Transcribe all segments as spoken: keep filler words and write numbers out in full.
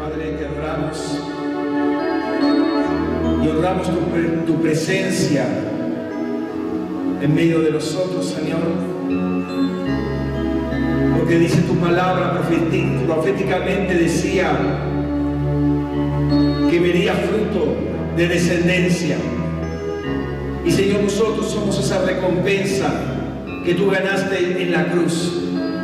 Padre, te adoramos y honramos tu, tu presencia en medio de nosotros, Señor, porque dice tu palabra proféticamente, decía que vería fruto de descendencia. Y Señor, nosotros somos esa recompensa que tú ganaste en la cruz.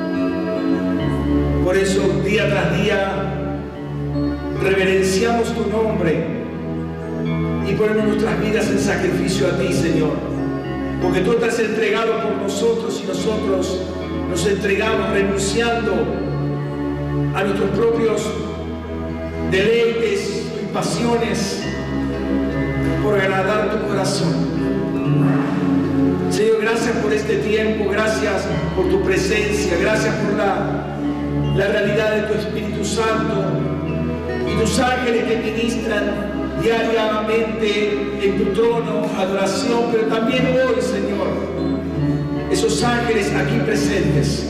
Por eso día tras día reverenciamos tu nombre y ponemos nuestras vidas en sacrificio a ti, Señor, porque tú te has entregado por nosotros y nosotros nos entregamos renunciando a nuestros propios deleites y pasiones por agradar tu corazón. Señor, gracias por este tiempo, gracias por tu presencia, gracias por la, la realidad de tu Espíritu Santo y tus ángeles que ministran diariamente en tu trono, adoración, pero también hoy, Señor, esos ángeles aquí presentes,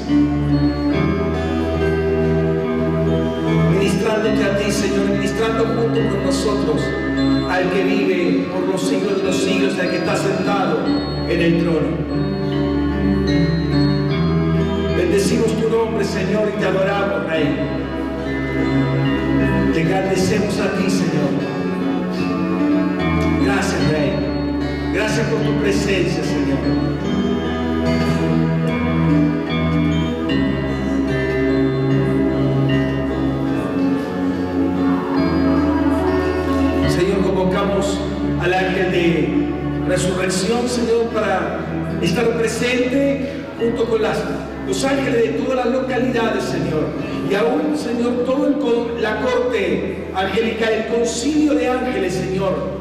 ministrándote a ti, Señor, ministrando junto con nosotros al que vive por los siglos de los siglos, al que está sentado en el trono. Bendecimos tu nombre, Señor, y te adoramos, Rey. Te agradecemos a ti, Señor. Gracias, Rey. Gracias por tu presencia, Señor. Señor, convocamos al ángel de resurrección, Señor, para estar presente junto con las, los ángeles de todas las localidades, Señor. Y aún, Señor, toda la corte angelical, el concilio de ángeles, Señor,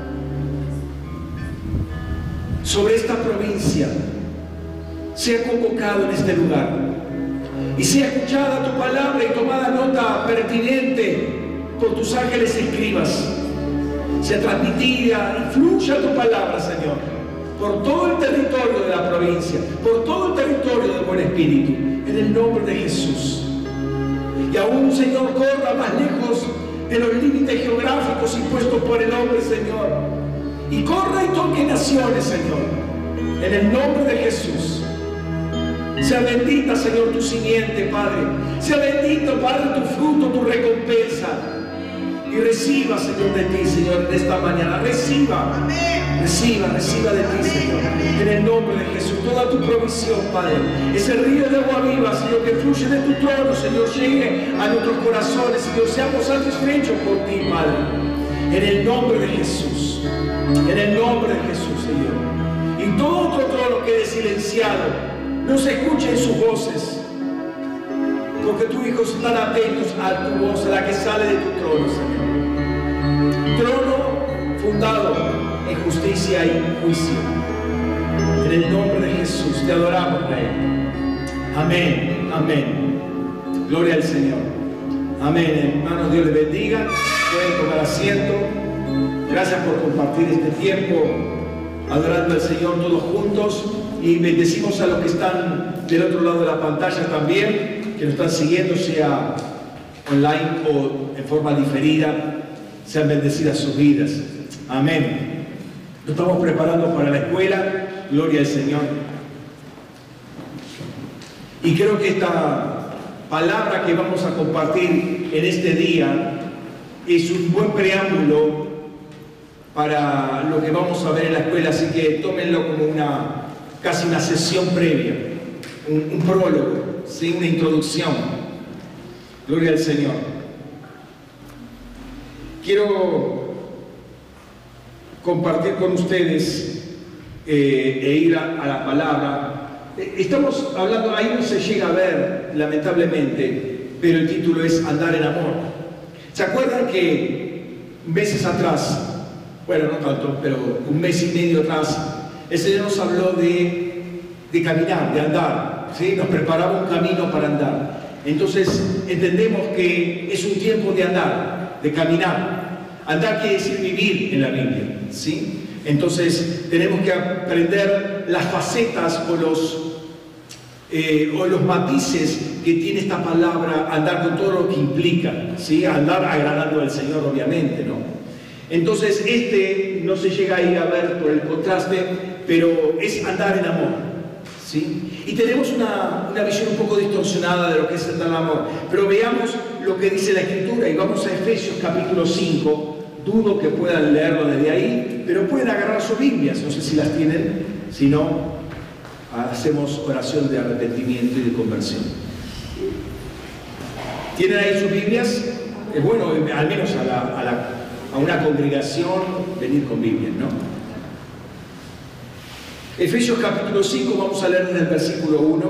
sobre esta provincia, sea convocado en este lugar y sea escuchada tu palabra y tomada nota pertinente por tus ángeles escribas. Sea transmitida y fluya tu palabra, Señor, por todo el territorio de la provincia, por todo el territorio del Buen Espíritu, en el nombre de Jesús. Y aún, Señor, corra más lejos de los límites geográficos impuestos por el hombre, Señor, y corra y toque naciones, Señor, en el nombre de Jesús. Sea bendita, Señor, tu simiente, Padre. Sea bendito, Padre, tu fruto, tu recompensa. Y reciba, Señor, de ti, Señor, en esta mañana. Reciba, Amén. reciba, reciba de ti, Señor, en el nombre de Jesús. Toda tu provisión, Padre. Ese río de agua viva, Señor, que fluye de tu trono, Señor, llegue a nuestros corazones, Señor. Seamos satisfechos por ti, Padre. En el nombre de Jesús. En el nombre de Jesús, Señor. Y todo otro trono quede silenciado. No se escuchen sus voces. Porque tus hijos están atentos a tu voz, a la que sale de tu trono, Señor. Trono fundado en justicia y juicio. En el nombre de Jesús te adoramos, Rey. Amén, amén. Gloria al Señor. Amén, hermanos, Dios les bendiga. Pueden tomar asiento. Gracias por compartir este tiempo adorando al Señor todos juntos. Y bendecimos a los que están del otro lado de la pantalla también, que nos están siguiendo, sea online o en forma diferida. Sean bendecidas sus vidas. Amén. Nos estamos preparando para la escuela. Gloria al Señor. Y creo que esta palabra que vamos a compartir en este día es un buen preámbulo para lo que vamos a ver en la escuela. Así que tómenlo como una, casi una sesión previa, un, un prólogo, ¿sí? Una introducción. Gloria al Señor. Quiero compartir con ustedes eh, e ir a, a la palabra. Estamos hablando, ahí no se llega a ver, lamentablemente, pero el título es Andar en Amor. ¿Se acuerdan que meses atrás, bueno, no tanto, pero un mes y medio atrás, el Señor nos habló de, de caminar, de andar, ¿sí? Nos preparaba un camino para andar. Entonces entendemos que es un tiempo de andar, de caminar. Andar quiere decir vivir en la Biblia, ¿sí? Entonces tenemos que aprender las facetas o los, eh, o los matices que tiene esta palabra, andar con todo lo que implica, ¿sí? Andar agradando al Señor, obviamente, ¿no? Entonces, este no se llega ahí a ver por el contraste, pero es andar en amor, ¿sí? Y tenemos una, una visión un poco distorsionada de lo que es andar en amor, pero veamos lo que dice la Escritura, y vamos a Efesios capítulo cinco. Dudo que puedan leerlo desde ahí, pero pueden agarrar sus Biblias, no sé si las tienen, si no, hacemos oración de arrepentimiento y de conversión. ¿Tienen ahí sus Biblias? Es bueno, al menos a, la, a, la, a una congregación, venir con Biblias, ¿no? Efesios capítulo cinco, vamos a leer en el versículo uno.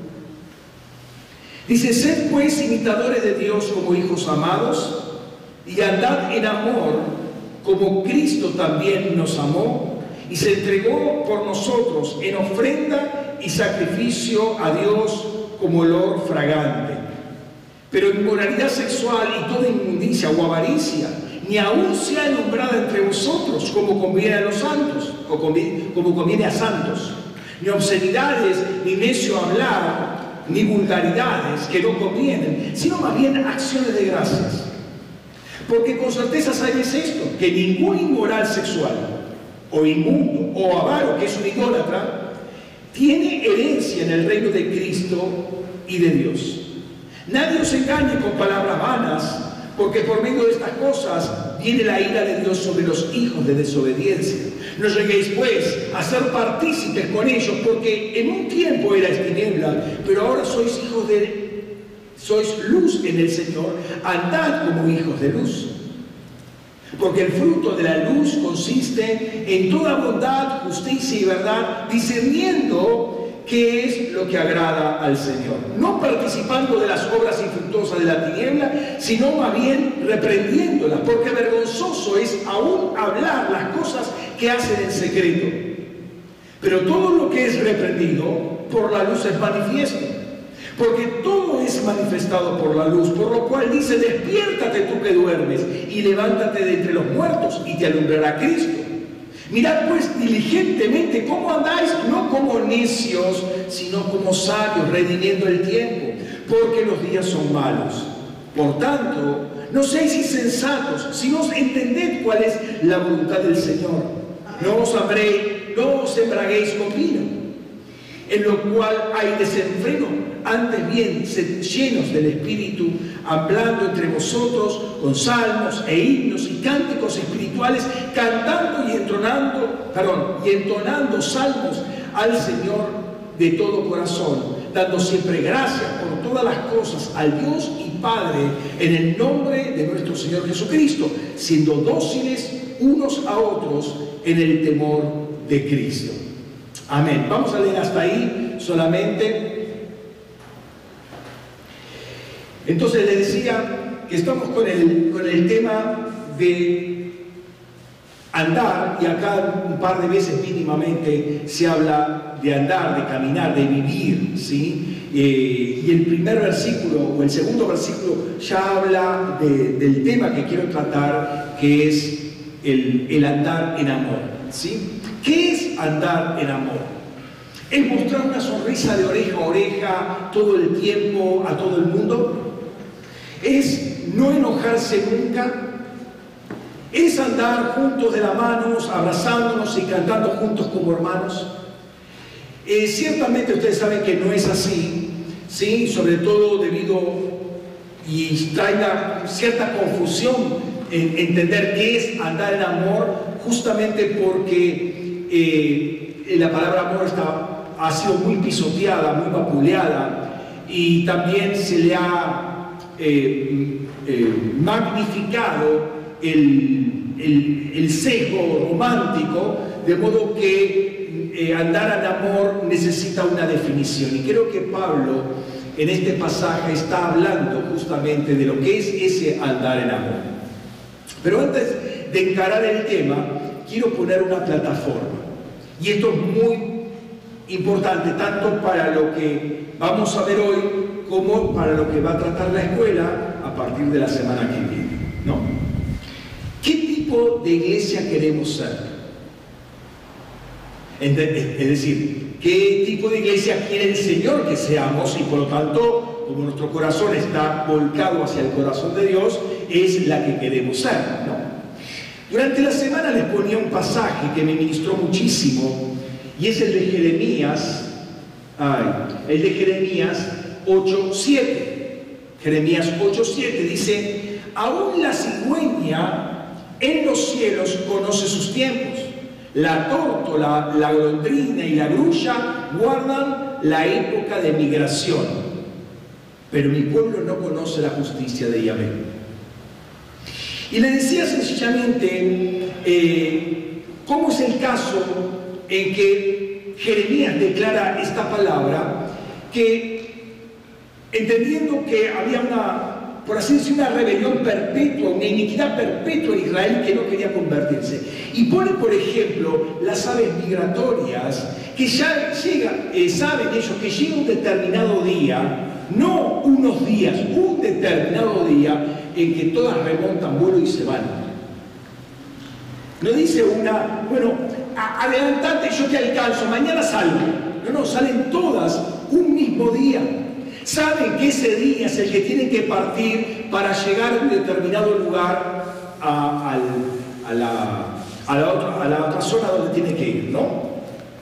Dice: sed pues imitadores de Dios como hijos amados, y andad en amor, como Cristo también nos amó, y se entregó por nosotros en ofrenda y sacrificio a Dios como olor fragante. Pero inmoralidad sexual y toda inmundicia o avaricia, ni aun sea nombrada entre vosotros, como conviene a los santos, o conviene, como conviene a santos, ni obscenidades, ni necio hablar, ni vulgaridades que no convienen, sino más bien acciones de gracias. Porque con certeza sabéis esto, que ningún inmoral sexual, o inmundo, o avaro, que es un idólatra, tiene herencia en el reino de Cristo y de Dios. Nadie os engañe con palabras vanas, porque por medio de estas cosas viene la ira de Dios sobre los hijos de desobediencia. No lleguéis pues a ser partícipes con ellos, porque en un tiempo erais tinieblas, pero ahora sois hijos de sois luz en el Señor, andad como hijos de luz. Porque el fruto de la luz consiste en toda bondad, justicia y verdad, discerniendo qué es lo que agrada al Señor. No participando de las obras infructuosas de la tiniebla, sino más bien reprendiéndolas, porque vergonzoso es aún hablar las cosas que hacen en secreto. Pero todo lo que es reprendido por la luz es manifiesto. Porque todo es manifestado por la luz, por lo cual dice: despiértate tú que duermes, y levántate de entre los muertos, y te alumbrará Cristo. Mirad pues diligentemente cómo andáis, no como necios, sino como sabios, redimiendo el tiempo, porque los días son malos. Por tanto, no seáis insensatos, sino entended cuál es la voluntad del Señor. No os hambréis, no os embraguéis con vino, en lo cual hay desenfreno. Antes bien, sed llenos del Espíritu, hablando entre vosotros con salmos e himnos y cánticos espirituales, cantando y entonando, perdón, y entonando salmos al Señor de todo corazón, dando siempre gracias por todas las cosas al Dios y Padre, en el nombre de nuestro Señor Jesucristo, siendo dóciles unos a otros en el temor de Cristo. Amén. Vamos a leer hasta ahí solamente. Entonces les decía que estamos con el, con el tema de andar, y acá un par de veces mínimamente se habla de andar, de caminar, de vivir, ¿sí? Eh, y el primer versículo, o el segundo versículo, ya habla de, del tema que quiero tratar, que es el, el andar en amor, ¿sí? ¿Qué es andar en amor? ¿Es mostrar una sonrisa de oreja a oreja todo el tiempo a todo el mundo? ¿Es no enojarse nunca? ¿Es andar juntos de la mano, abrazándonos y cantando juntos como hermanos? Eh, ciertamente ustedes saben que no es así, ¿sí? Sobre todo debido, y traiga cierta confusión en entender qué es andar en amor, justamente porque eh, la palabra amor está, ha sido muy pisoteada, muy vapuleada, y también se le ha Eh, eh, magnificado el, el, el sesgo romántico, de modo que eh, andar en amor necesita una definición. Y creo que Pablo en este pasaje está hablando justamente de lo que es ese andar en amor. Pero antes de encarar el tema, quiero poner una plataforma. Y esto es muy importante, tanto para lo que vamos a ver hoy, como para lo que va a tratar la escuela a partir de la semana que viene, ¿no? ¿Qué tipo de iglesia queremos ser? Es decir, qué tipo de iglesia quiere el Señor que seamos, y por lo tanto, como nuestro corazón está volcado hacia el corazón de Dios, es la que queremos ser, ¿no? Durante la semana les ponía un pasaje que me ministró muchísimo, y es el de Jeremías, ay, el de Jeremías ocho siete. Jeremías ocho siete dice: aún la cigüeña en los cielos conoce sus tiempos, la tórtola, la golondrina y la grulla guardan la época de migración, pero mi pueblo no conoce la justicia de Yahvé. Y le decía sencillamente eh, cómo es el caso en que Jeremías declara esta palabra, que entendiendo que había una, por así decir, una rebelión perpetua, una iniquidad perpetua en Israel que no quería convertirse, y pone por ejemplo las aves migratorias, que ya llega, eh, saben ellos que llega un determinado día, no unos días, un determinado día en que todas remontan vuelo y se van. No dice una, bueno, adelantate, yo te alcanzo, mañana salgo. No, no, salen todas un mismo día. Saben que ese día es el que tienen que partir para llegar a un determinado lugar, a, a, a, la, a, la otra, a la otra zona donde tienen que ir, ¿no?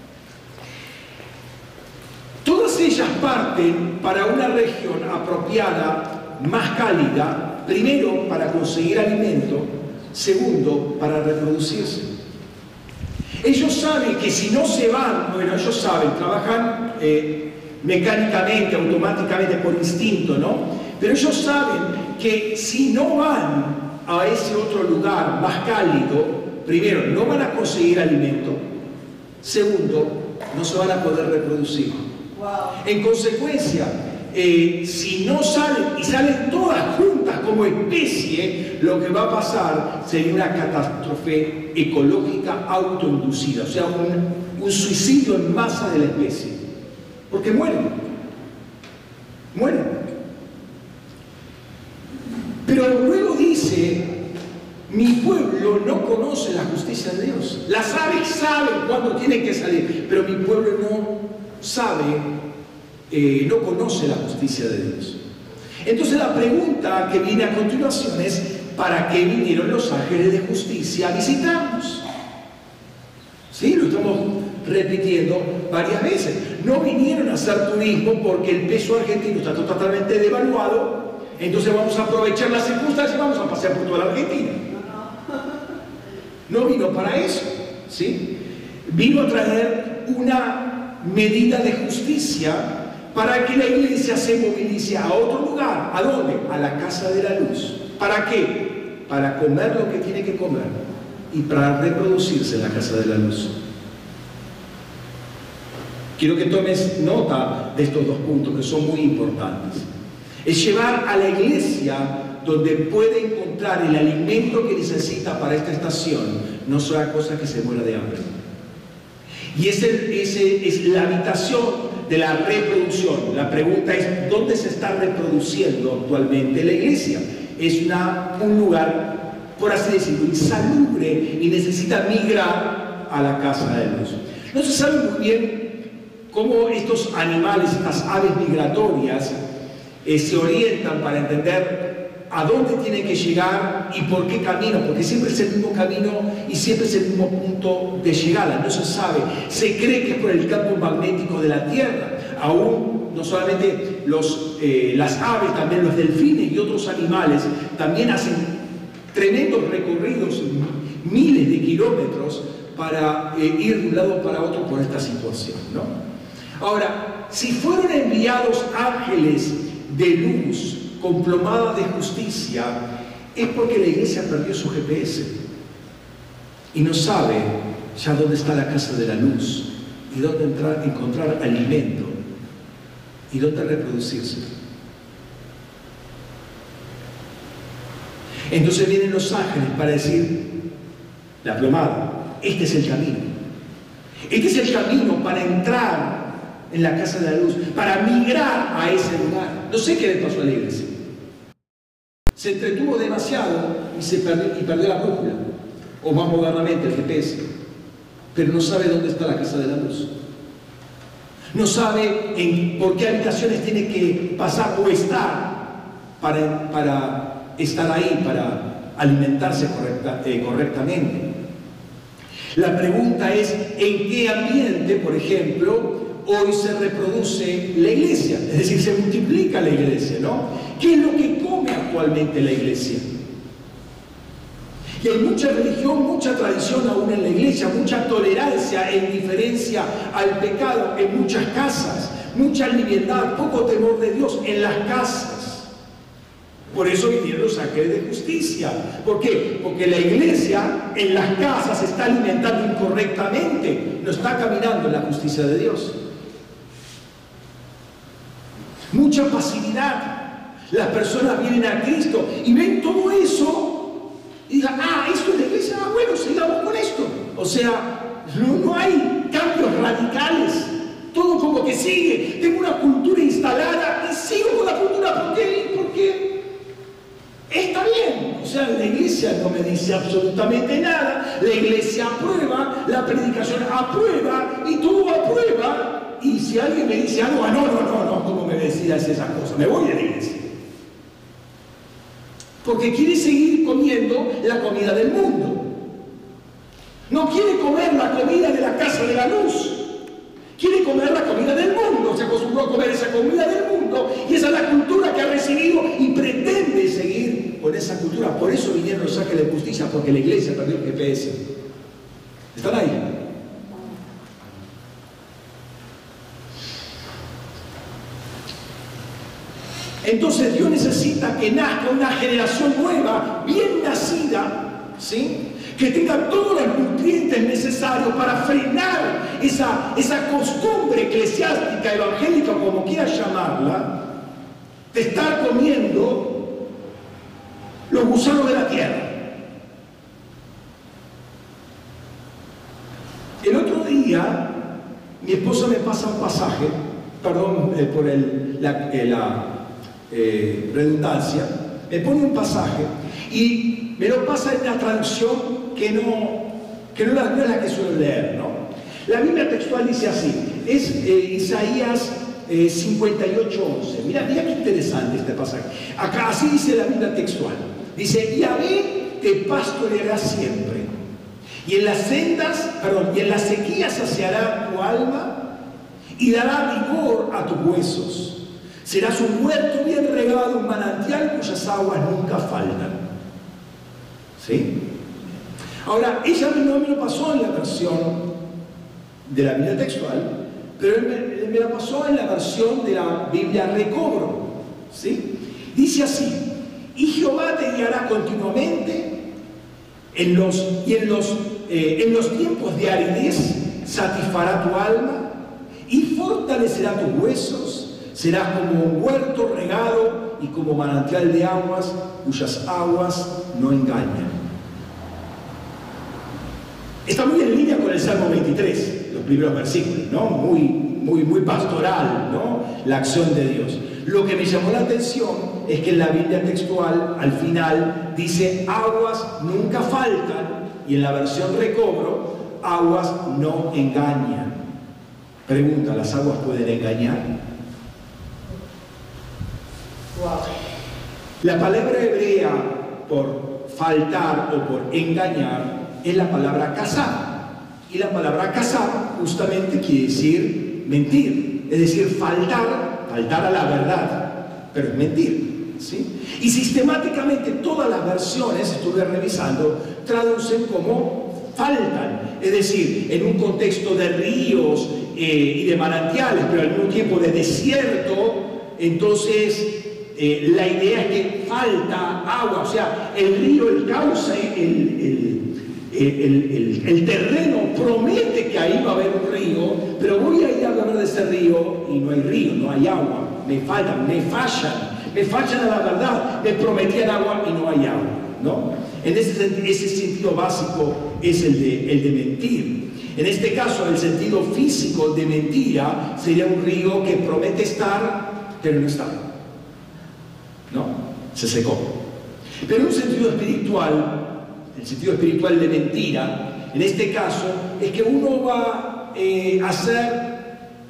Todas ellas parten para una región apropiada, más cálida, primero para conseguir alimento, segundo para reproducirse. Ellos saben que si no se van, bueno, ellos saben, trabajan eh, mecánicamente, automáticamente, por instinto, ¿no? Pero ellos saben que si no van a ese otro lugar más cálido, primero, no van a conseguir alimento, segundo, no se van a poder reproducir. Wow. En consecuencia, eh, si no salen, y salen todas juntas como especie, lo que va a pasar sería una catástrofe ecológica autoinducida, o sea, un, un suicidio en masa de la especie, porque mueren, mueren. Pero luego dice: mi pueblo no conoce la justicia de Dios. Las aves saben cuándo tienen que salir, pero mi pueblo no sabe, eh, no conoce la justicia de Dios. Entonces la pregunta que viene a continuación es: ¿para qué vinieron los ángeles de justicia a visitarnos? Sí, lo estamos repitiendo varias veces. No vinieron a hacer turismo porque el peso argentino está totalmente devaluado, entonces vamos a aprovechar las circunstancias y vamos a pasear por toda la Argentina. No vino para eso, ¿sí? Vino a traer una medida de justicia para que la iglesia se movilice a otro lugar. ¿A dónde? A la casa de la luz. ¿Para qué? Para comer lo que tiene que comer y para reproducirse en la casa de la luz. Quiero que tomes nota de estos dos puntos que son muy importantes. Es llevar a la iglesia donde puede encontrar el alimento que necesita para esta estación, no será cosa que se muera de hambre. Y ese, ese es la habitación de la reproducción. La pregunta es: ¿dónde se está reproduciendo actualmente la iglesia? Es una, un lugar, por así decirlo, insalubre, y necesita migrar a la casa de Dios. No se sabe muy bien cómo estos animales, estas aves migratorias, eh, se orientan para entender a dónde tienen que llegar y por qué camino, porque siempre es el mismo camino y siempre es el mismo punto de llegada. No se sabe. Se cree que es por el campo magnético de la Tierra. Aún no solamente los, eh, las aves, también los delfines y otros animales también hacen tremendos recorridos, miles de kilómetros, para eh, ir de un lado para otro por esta situación, ¿no? Ahora, si fueron enviados ángeles de luz con plomada de justicia, es porque la iglesia perdió su G P S y no sabe ya dónde está la casa de la luz y dónde entrar, encontrar alimento y dónde reproducirse. Entonces vienen los ángeles para decir: la plomada, este es el camino, este es el camino para entrar en la casa de la luz, para migrar a ese lugar. No sé qué le pasó a la iglesia. Se entretuvo demasiado y, se perdió, y perdió la brújula, o más modernamente el G P S, pero no sabe dónde está la casa de la luz. No sabe en por qué habitaciones tiene que pasar o estar para, para estar ahí, para alimentarse correcta, eh, correctamente. La pregunta es, ¿en qué ambiente, por ejemplo, hoy se reproduce la iglesia? Es decir, se multiplica la iglesia, ¿no? ¿Qué es lo que come actualmente la iglesia? Y hay mucha religión, mucha tradición aún en la iglesia, mucha tolerancia en diferencia al pecado en muchas casas, mucha liviandad, poco temor de Dios en las casas. Por eso vinieron los ángeles de justicia. ¿Por qué? Porque la iglesia en las casas se está alimentando incorrectamente, no está caminando en la justicia de Dios. Mucha pasividad. Las personas vienen a Cristo y ven todo eso y digan, ah, esto es la iglesia, ah, bueno, sigamos con esto. O sea, no, no hay cambios radicales. Todo como que sigue. Tengo una cultura instalada y sigo con la cultura. ¿Por qué? Porque está bien. O sea, la iglesia no me dice absolutamente nada. La iglesia aprueba, la predicación aprueba y todo aprueba. Y si alguien me dice algo, ah, no, no, no, no, ¿cómo me decidas esas cosas? Me voy de la iglesia. Porque quiere seguir comiendo la comida del mundo. No quiere comer la comida de la casa de la luz. Quiere comer la comida del mundo. Se acostumbró a comer esa comida del mundo y esa es la cultura que ha recibido y pretende seguir con esa cultura. Por eso vinieron los ángeles de justicia, porque la iglesia perdió el G P S. ¿Están ahí? Entonces Dios necesita que nazca una generación nueva, bien nacida, ¿sí? Que tenga todos los nutrientes necesarios para frenar esa, esa costumbre eclesiástica, evangélica, como quieras llamarla, de estar comiendo los gusanos de la tierra. El otro día, mi esposa me pasa un pasaje, perdón eh, por el, la... Eh, la Eh, redundancia, me pone un pasaje y me lo pasa en una traducción que no, que no, la, no es la que suelo leer, ¿no? La Biblia textual dice así, es eh, Isaías eh, cincuenta y ocho, once. Mira, mira qué interesante este pasaje. Acá así dice la Biblia textual. Dice, Yahvé te pastoreará siempre, y en las sendas, perdón, y en las sequías saciará tu alma y dará vigor a tus huesos. Serás un huerto bien regado, un manantial cuyas aguas nunca faltan. ¿Sí? Ahora, ella no me lo pasó en la versión de la Biblia textual, pero él me, él me la pasó en la versión de la Biblia Recobro. ¿Sí? Dice así, y Jehová te guiará continuamente en los, y en los, eh, en los tiempos de aridez satisfará tu alma y fortalecerá tus huesos. Serás como un huerto regado y como manantial de aguas, cuyas aguas no engañan. Está muy en línea con el Salmo veintitrés, los primeros versículos, ¿no? Muy, muy, muy pastoral, ¿no? La acción de Dios. Lo que me llamó la atención es que en la Biblia textual, al final, dice aguas nunca faltan, y en la versión Recobro, aguas no engañan. Pregunta, ¿las aguas pueden engañar? La palabra hebrea por faltar o por engañar es la palabra kazab, y la palabra kazab justamente quiere decir mentir, es decir, faltar, faltar a la verdad, pero es mentir, ¿sí? Y sistemáticamente todas las versiones, estuve revisando, traducen como faltan, es decir, en un contexto de ríos eh, y de manantiales, pero al mismo tiempo de desierto. Entonces Eh, la idea es que falta agua, o sea, el río, el cauce, el, el, el, el, el terreno promete que ahí va a haber un río, pero voy a ir a hablar de ese río y no hay río, no hay agua, me faltan, me fallan, me fallan a la verdad, me prometían agua y no hay agua, ¿no? En ese, ese sentido básico es el de, el de mentir. En este caso, el sentido físico de mentira sería un río que promete estar, pero no está. No, se secó. Pero un sentido espiritual, el sentido espiritual de mentira, en este caso, es que uno va eh, a hacer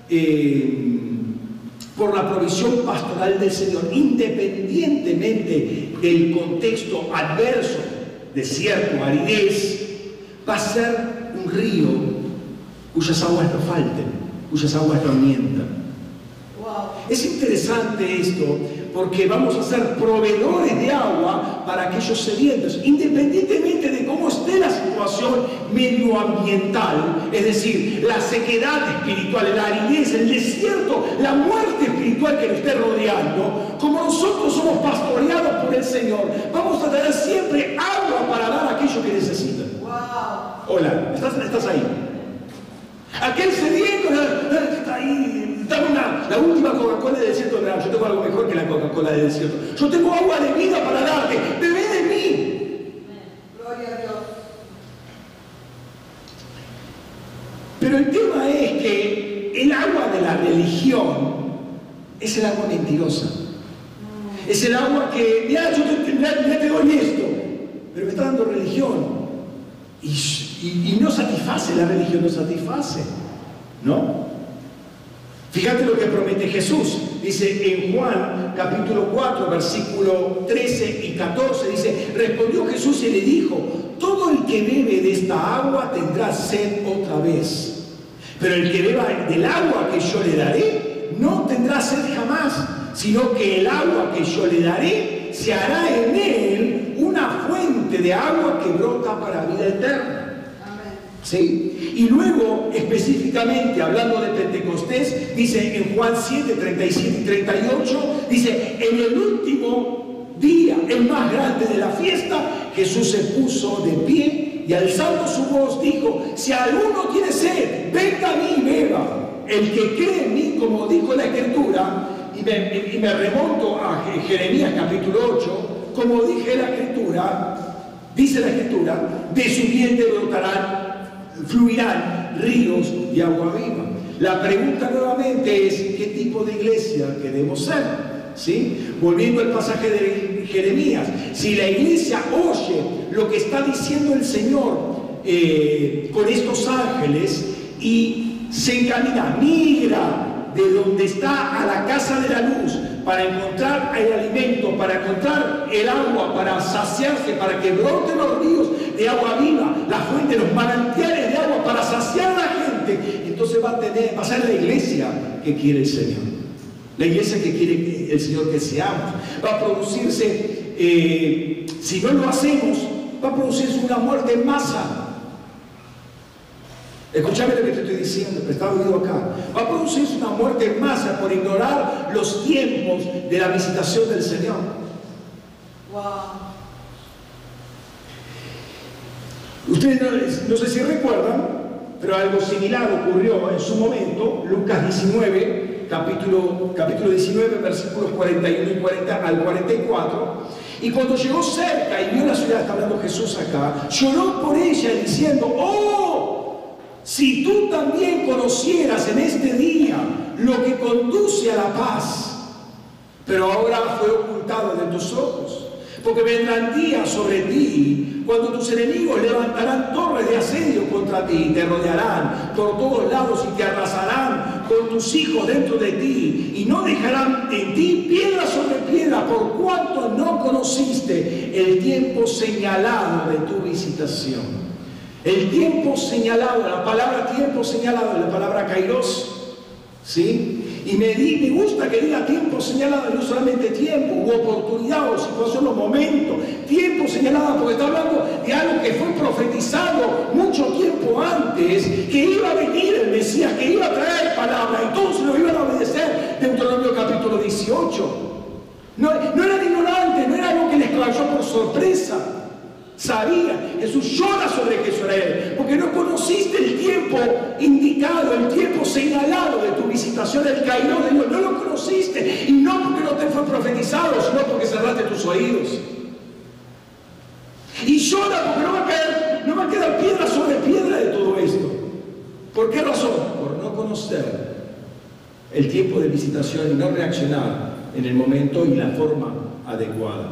eh, por la provisión pastoral del Señor, independientemente del contexto adverso, desierto, aridez, va a ser un río cuyas aguas no falten, cuyas aguas no mientan. Es interesante esto porque vamos a ser proveedores de agua para aquellos sedientos, independientemente de cómo esté la situación medioambiental, es decir, la sequedad espiritual, la aridez, el desierto, la muerte espiritual que nos esté rodeando. Como nosotros somos pastoreados por el Señor, vamos a tener siempre agua para dar a aquellos que necesitan. Wow. Hola, ¿estás, estás ahí? Aquel sediento está ahí. Dame una, la última Coca-Cola del desierto. No, yo tengo algo mejor que la Coca-Cola del desierto. Yo tengo agua de vida para darte. Bebé de mí. Gloria a Dios. Pero el tema es que el agua de la religión es el agua mentirosa. Es el agua que, mira, yo te, ya te doy esto, pero me está dando religión. Y, y, y no satisface, la religión no satisface. ¿No? Fíjate lo que promete Jesús. Dice en Juan capítulo cuatro, versículo trece y catorce, dice, respondió Jesús y le dijo, todo el que bebe de esta agua tendrá sed otra vez, pero el que beba del agua que yo le daré no tendrá sed jamás, sino que el agua que yo le daré se hará en él una fuente de agua que brota para vida eterna. ¿Sí? Y luego, específicamente hablando de Pentecostés, dice en Juan siete, treinta y siete y treinta y ocho, dice, en el último día, el más grande de la fiesta, Jesús se puso de pie y alzando su voz dijo, si alguno tiene sed, venga a mí y beba. El que cree en mí, como dijo la Escritura, y me, y me remonto a Jeremías capítulo ocho, como dije la Escritura, dice la Escritura, de su vientre brotarán fluirán ríos de agua viva. La pregunta nuevamente es, ¿qué tipo de iglesia queremos ser? ¿Sí? Volviendo al pasaje de Jeremías, si la iglesia oye lo que está diciendo el Señor eh, con estos ángeles y se encamina, migra de donde está a la casa de la luz para encontrar el alimento, para encontrar el agua, para saciarse, para que broten los ríos de agua viva, la fuente, los manantiales de agua para saciar a la gente, entonces va a tener, va a ser la iglesia que quiere el Señor, la iglesia que quiere el Señor que seamos. Va a producirse, eh, si no lo hacemos, va a producirse una muerte en masa. Escúchame lo que te estoy diciendo, que está oído acá. Va a producirse una muerte en masa por ignorar los tiempos de la visitación del Señor. Wow. Ustedes no, no sé si recuerdan, pero algo similar ocurrió en su momento. Lucas diecinueve, capítulo, capítulo diecinueve, versículos cuarenta y uno y cuarenta al cuarenta y cuatro. Y cuando llegó cerca y vio la ciudad, está hablando Jesús acá, lloró por ella diciendo, ¡oh! Si tú también conocieras en este día lo que conduce a la paz, pero ahora fue ocultado de tus ojos, porque vendrán días sobre ti cuando tus enemigos levantarán torres de asedio contra ti, te rodearán por todos lados y te arrasarán con tus hijos dentro de ti, y no dejarán en ti piedra sobre piedra, por cuanto no conociste el tiempo señalado de tu visitación. El tiempo señalado, la palabra tiempo señalado, la palabra kairos, ¿sí? Y me, di, me gusta que diga tiempo señalado, no solamente tiempo, hubo oportunidad o situación o momento, tiempo señalado, porque está hablando de algo que fue profetizado mucho tiempo antes, que iba a venir el Mesías, que iba a traer palabra, y todos lo iban a obedecer. Deuteronomio capítulo dieciocho. No, no eran ignorantes, no era algo que les cayó por sorpresa. Sabía, Jesús llora sobre Jezreel, porque no conociste el tiempo indicado, el tiempo señalado de tu visitación, el kairos de Dios, no lo conociste, y no porque no te fue profetizado, sino porque cerraste tus oídos. Y llora porque no va a caer, no va a quedar piedra sobre piedra de todo esto. ¿Por qué razón? Por no conocer el tiempo de visitación y no reaccionar en el momento y la forma adecuada.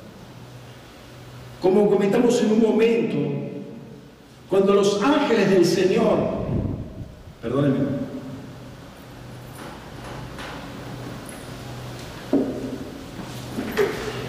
Como comentamos en un momento, cuando los ángeles del Señor, perdónenme,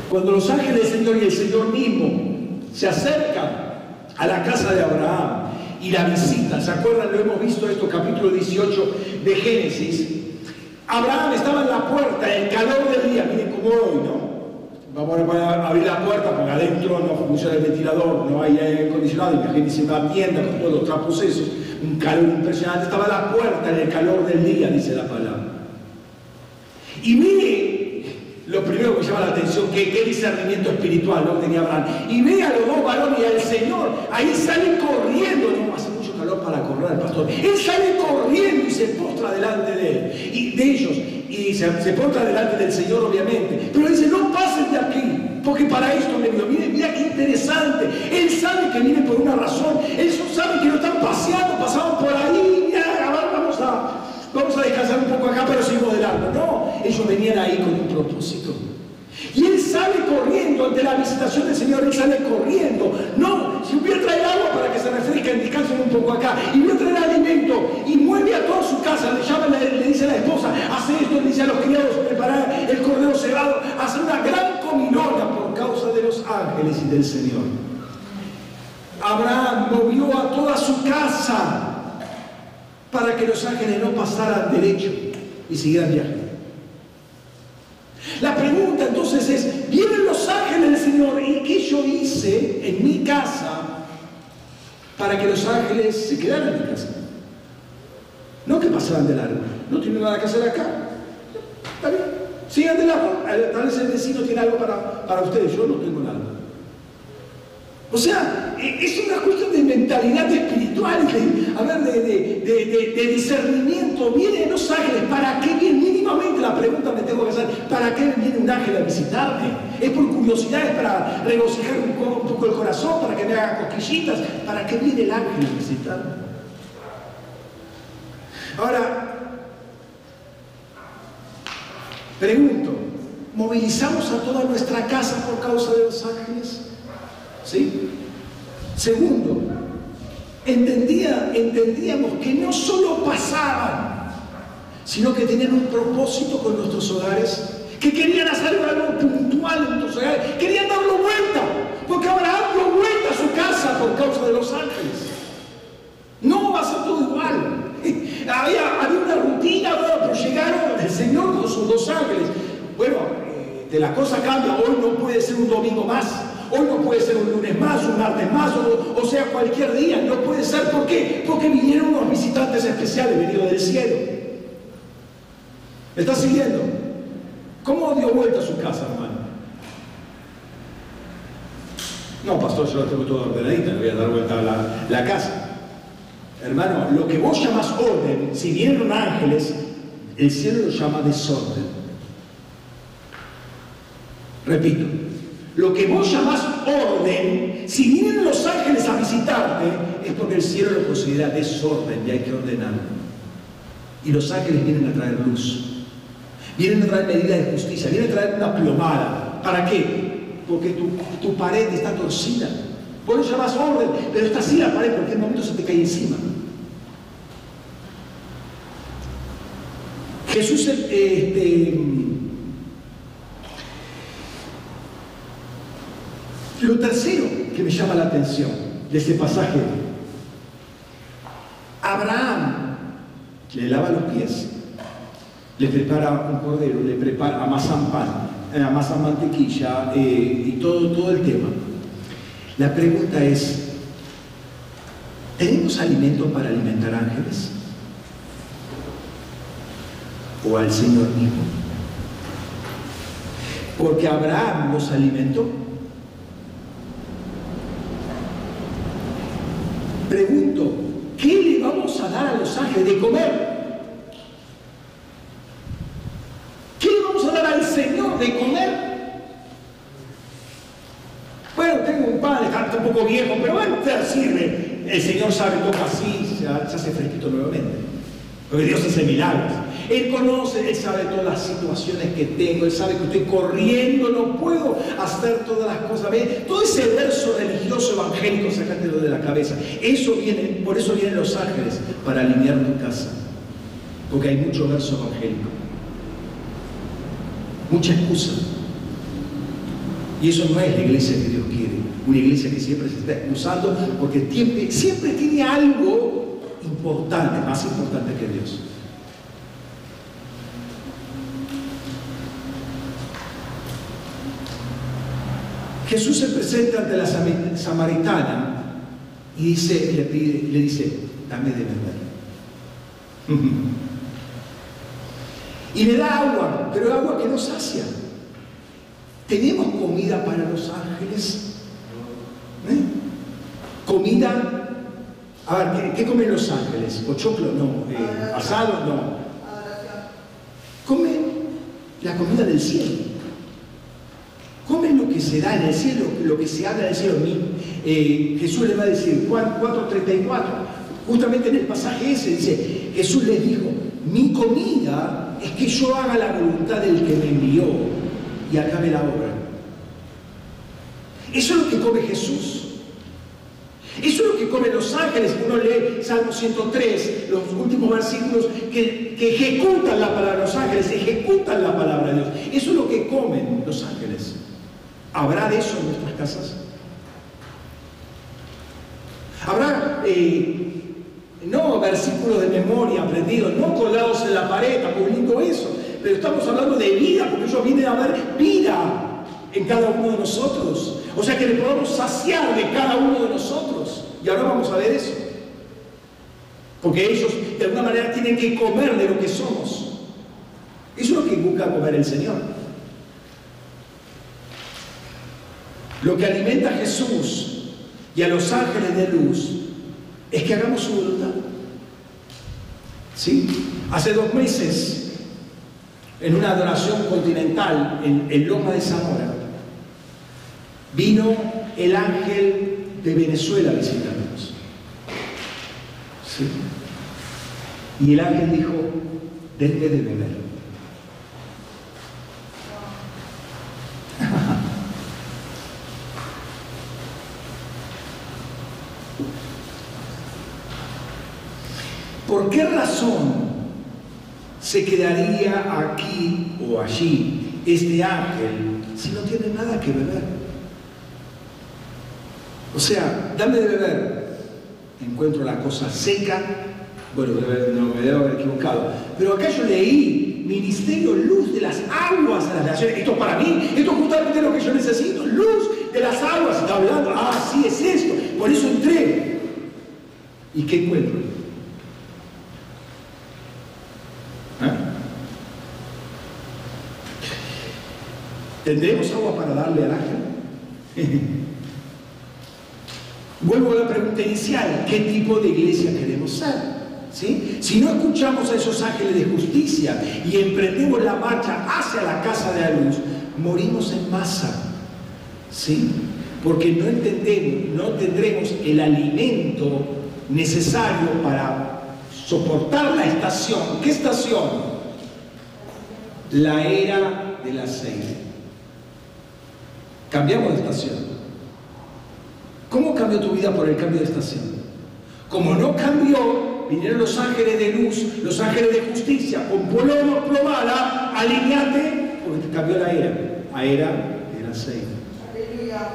Cuando los ángeles del Señor y el Señor mismo se acercan a la casa de Abraham y la visitan, ¿se acuerdan? Lo hemos visto esto, capítulo dieciocho de Génesis. Abraham estaba en la puerta, en el calor del día, miren cómo hoy, ¿no? Vamos a abrir la puerta porque adentro no funciona el ventilador, no hay aire acondicionado y la gente se va a tienda con todos los trapos esos, un calor impresionante. Estaba en la puerta en el calor del día, dice la palabra. Y mire lo primero que llama la atención, que qué discernimiento espiritual, ¿no?, tenía Abraham. Y ve a los dos varones y al Señor, ahí sale corriendo, no hace mucho calor para correr al pastor. Él sale corriendo y se postra delante de él, y de ellos, y se, se postra delante del Señor, obviamente. Pero dice, no pasen de aquí, porque para esto me vio. Mire, mira qué interesante. Él sabe que viene por una razón. Él sabe que no están paseando, pasaban por ahí. Mira, vamos a... Vamos a descansar un poco acá, pero seguimos de largo. No, ellos venían ahí con un propósito. Y él sale corriendo ante la visitación del Señor, él sale corriendo. No, si voy a traer agua para que se refresquen, descansen un poco acá. Y voy a traer alimento. Y mueve a toda su casa, le llama, le, le dice a la esposa, hace esto, le dice a los criados, preparar el cordero cebado, hace una gran comilona por causa de los ángeles y del Señor. Abraham movió a toda su casa para que los ángeles no pasaran derecho y siguieran viaje. La pregunta entonces es, vienen los ángeles del Señor, ¿y qué yo hice en mi casa para que los ángeles se quedaran en mi casa? No que pasaran de largo. No tienen nada que hacer acá. Está bien, sigan de largo. Tal vez el vecino tiene algo para, para ustedes, yo no tengo nada. O sea, es una cuestión de mentalidad espiritual, de, a ver, de, de, de, de, de discernimiento. Vienen los ángeles, ¿para qué vienen? Mínimamente la pregunta me tengo que hacer, ¿para qué viene un ángel a visitarme? ¿Es por curiosidad? ¿Es para regocijar un poco, un poco el corazón? ¿Para que me haga cosquillitas? ¿Para qué viene el ángel a visitarme? Ahora, pregunto, ¿movilizamos a toda nuestra casa por causa de los ángeles? ¿Sí? Segundo, entendía, entendíamos que no solo pasaban, sino que tenían un propósito con nuestros hogares, que querían hacer algo puntual en nuestros hogares, querían darlo vuelta, porque Abraham dio vuelta a su casa por causa de los ángeles. No va a ser todo igual. Había, había una rutina, bueno, pero llegaron el Señor con sus dos ángeles. Bueno, eh, de la cosa cambia, hoy no puede ser un domingo más. Hoy no puede ser un lunes más, un martes más, o, o sea, cualquier día. No puede ser. ¿Por qué? Porque vinieron unos visitantes especiales venidos del cielo. ¿Me estás siguiendo? ¿Cómo dio vuelta a su casa, hermano? No, pastor, yo lo tengo todo ordenadito, le voy a dar vuelta a la, la casa. Hermano, lo que vos llamas orden, si vienen ángeles, el cielo lo llama desorden. Repito. Lo que vos llamás orden, si vienen los ángeles a visitarte, es porque el cielo lo considera desorden y hay que ordenarlo. Y los ángeles vienen a traer luz, vienen a traer medidas de justicia, vienen a traer una plomada. ¿Para qué? Porque tu, tu pared está torcida. Vos lo llamás orden, pero está así la pared, porque en un momento se te cae encima. Jesús, este... Lo tercero que me llama la atención de este pasaje, Abraham le lava los pies, le prepara un cordero, le prepara, amasan pan, amasan mantequilla eh, y todo, todo el tema. La pregunta es, ¿tenemos alimento para alimentar ángeles? ¿O al Señor mismo? Porque Abraham los alimentó. Pregunto, ¿qué le vamos a dar a los ángeles de comer? ¿Qué le vamos a dar al Señor de comer? Bueno, tengo un pan, está un poco viejo, pero bueno, te sirve. El Señor sabe, toca así, se hace fresquito nuevamente. Porque Dios hace milagros. Él conoce, Él sabe todas las situaciones que tengo, Él sabe que estoy corriendo, no puedo hacer todas las cosas. ¿Ves? Todo ese verso religioso evangélico, sacátelo de la cabeza. Eso viene, por eso vienen los ángeles, para alinear tu casa. Porque hay mucho verso evangélico. Mucha excusa. Y eso no es la iglesia que Dios quiere. Una iglesia que siempre se está excusando porque siempre, siempre tiene algo importante, más importante que Dios. Jesús se presenta ante la samaritana y dice, le, pide, le dice, dame de beber. Y le da agua, pero agua que no sacia. ¿Tenemos comida para los ángeles? ¿Eh? ¿Comida? A ver, ¿qué, qué comen los ángeles? ¿Pochoclo? No. Eh, ¿Asado? No. Comen la comida del cielo. Comen lo que se da en el cielo, lo que se habla del cielo. Eh, Jesús le va a decir, Juan cuatro treinta y cuatro, justamente en el pasaje ese, dice, Jesús les dijo, mi comida es que yo haga la voluntad del que me envió y acabe la obra. Eso es lo que come Jesús. Eso es lo que comen los ángeles. Uno lee Salmo ciento tres, los últimos versículos que, que ejecutan la palabra de los ángeles, ejecutan la palabra de Dios. Eso es lo que comen los ángeles. ¿Habrá de eso en nuestras casas? ¿Habrá, eh, no versículos de memoria aprendidos, no colgados en la pared, está muy lindo eso, pero estamos hablando de vida, porque ellos vienen a ver vida en cada uno de nosotros? O sea, que le podamos saciar de cada uno de nosotros. Y ahora vamos a ver eso. Porque ellos, de alguna manera, tienen que comer de lo que somos. Eso es lo que busca comer el Señor. Lo que alimenta a Jesús y a los ángeles de luz es que hagamos su voluntad. ¿Sí? Hace dos meses, en una adoración continental en, en Loma de Zamora, vino el ángel de Venezuela a visitarnos. ¿Sí? Y el ángel dijo, denme de beber. ¿Por qué razón se quedaría aquí o allí este ángel si no tiene nada que beber? O sea, dame de beber. Encuentro la cosa seca. Bueno, no me debo haber equivocado. Pero acá yo leí ministerio, luz de las aguas de las naciones. Esto para mí, esto es justamente lo que yo necesito. Luz de las aguas. Está hablando, ah, sí, es esto. Por eso entré. ¿Y qué encuentro? ¿Tendremos agua para darle al ángel? Vuelvo a la pregunta inicial, ¿qué tipo de iglesia queremos ser? ¿Sí? Si no escuchamos a esos ángeles de justicia y emprendemos la marcha hacia la casa de la luz, morimos en masa. ¿Sí? Porque no entendemos, no tendremos el alimento necesario para soportar la estación. ¿Qué estación? La era del aceite. Cambiamos de estación. ¿Cómo cambió tu vida por el cambio de estación? Como no cambió, vinieron los ángeles de luz, los ángeles de justicia, con plomo, plomada, alineate, porque te cambió la era, a era del aceite. Aleluya.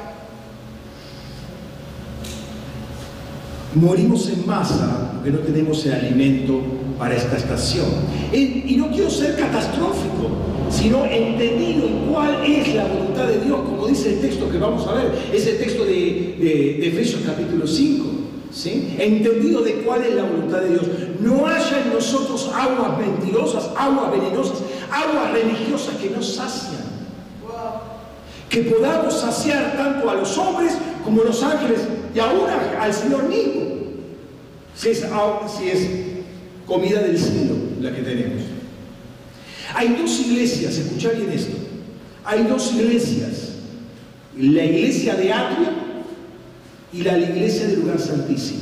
Morimos en masa porque no tenemos el alimento para esta estación. Y no quiero ser catastrófico, sino entendido en cuál es la voluntad de Dios, como dice el texto que vamos a ver, es el texto de, de, de Efesios capítulo cinco, ¿sí? Entendido de cuál es la voluntad de Dios. No haya en nosotros aguas mentirosas, aguas venenosas, aguas religiosas que nos sacian. Que podamos saciar tanto a los hombres como a los ángeles y aún al Señor mismo, si es, si es comida del cielo la que tenemos. Hay dos iglesias, escuchá bien esto, hay dos iglesias, la iglesia de atrio y la iglesia del lugar santísimo.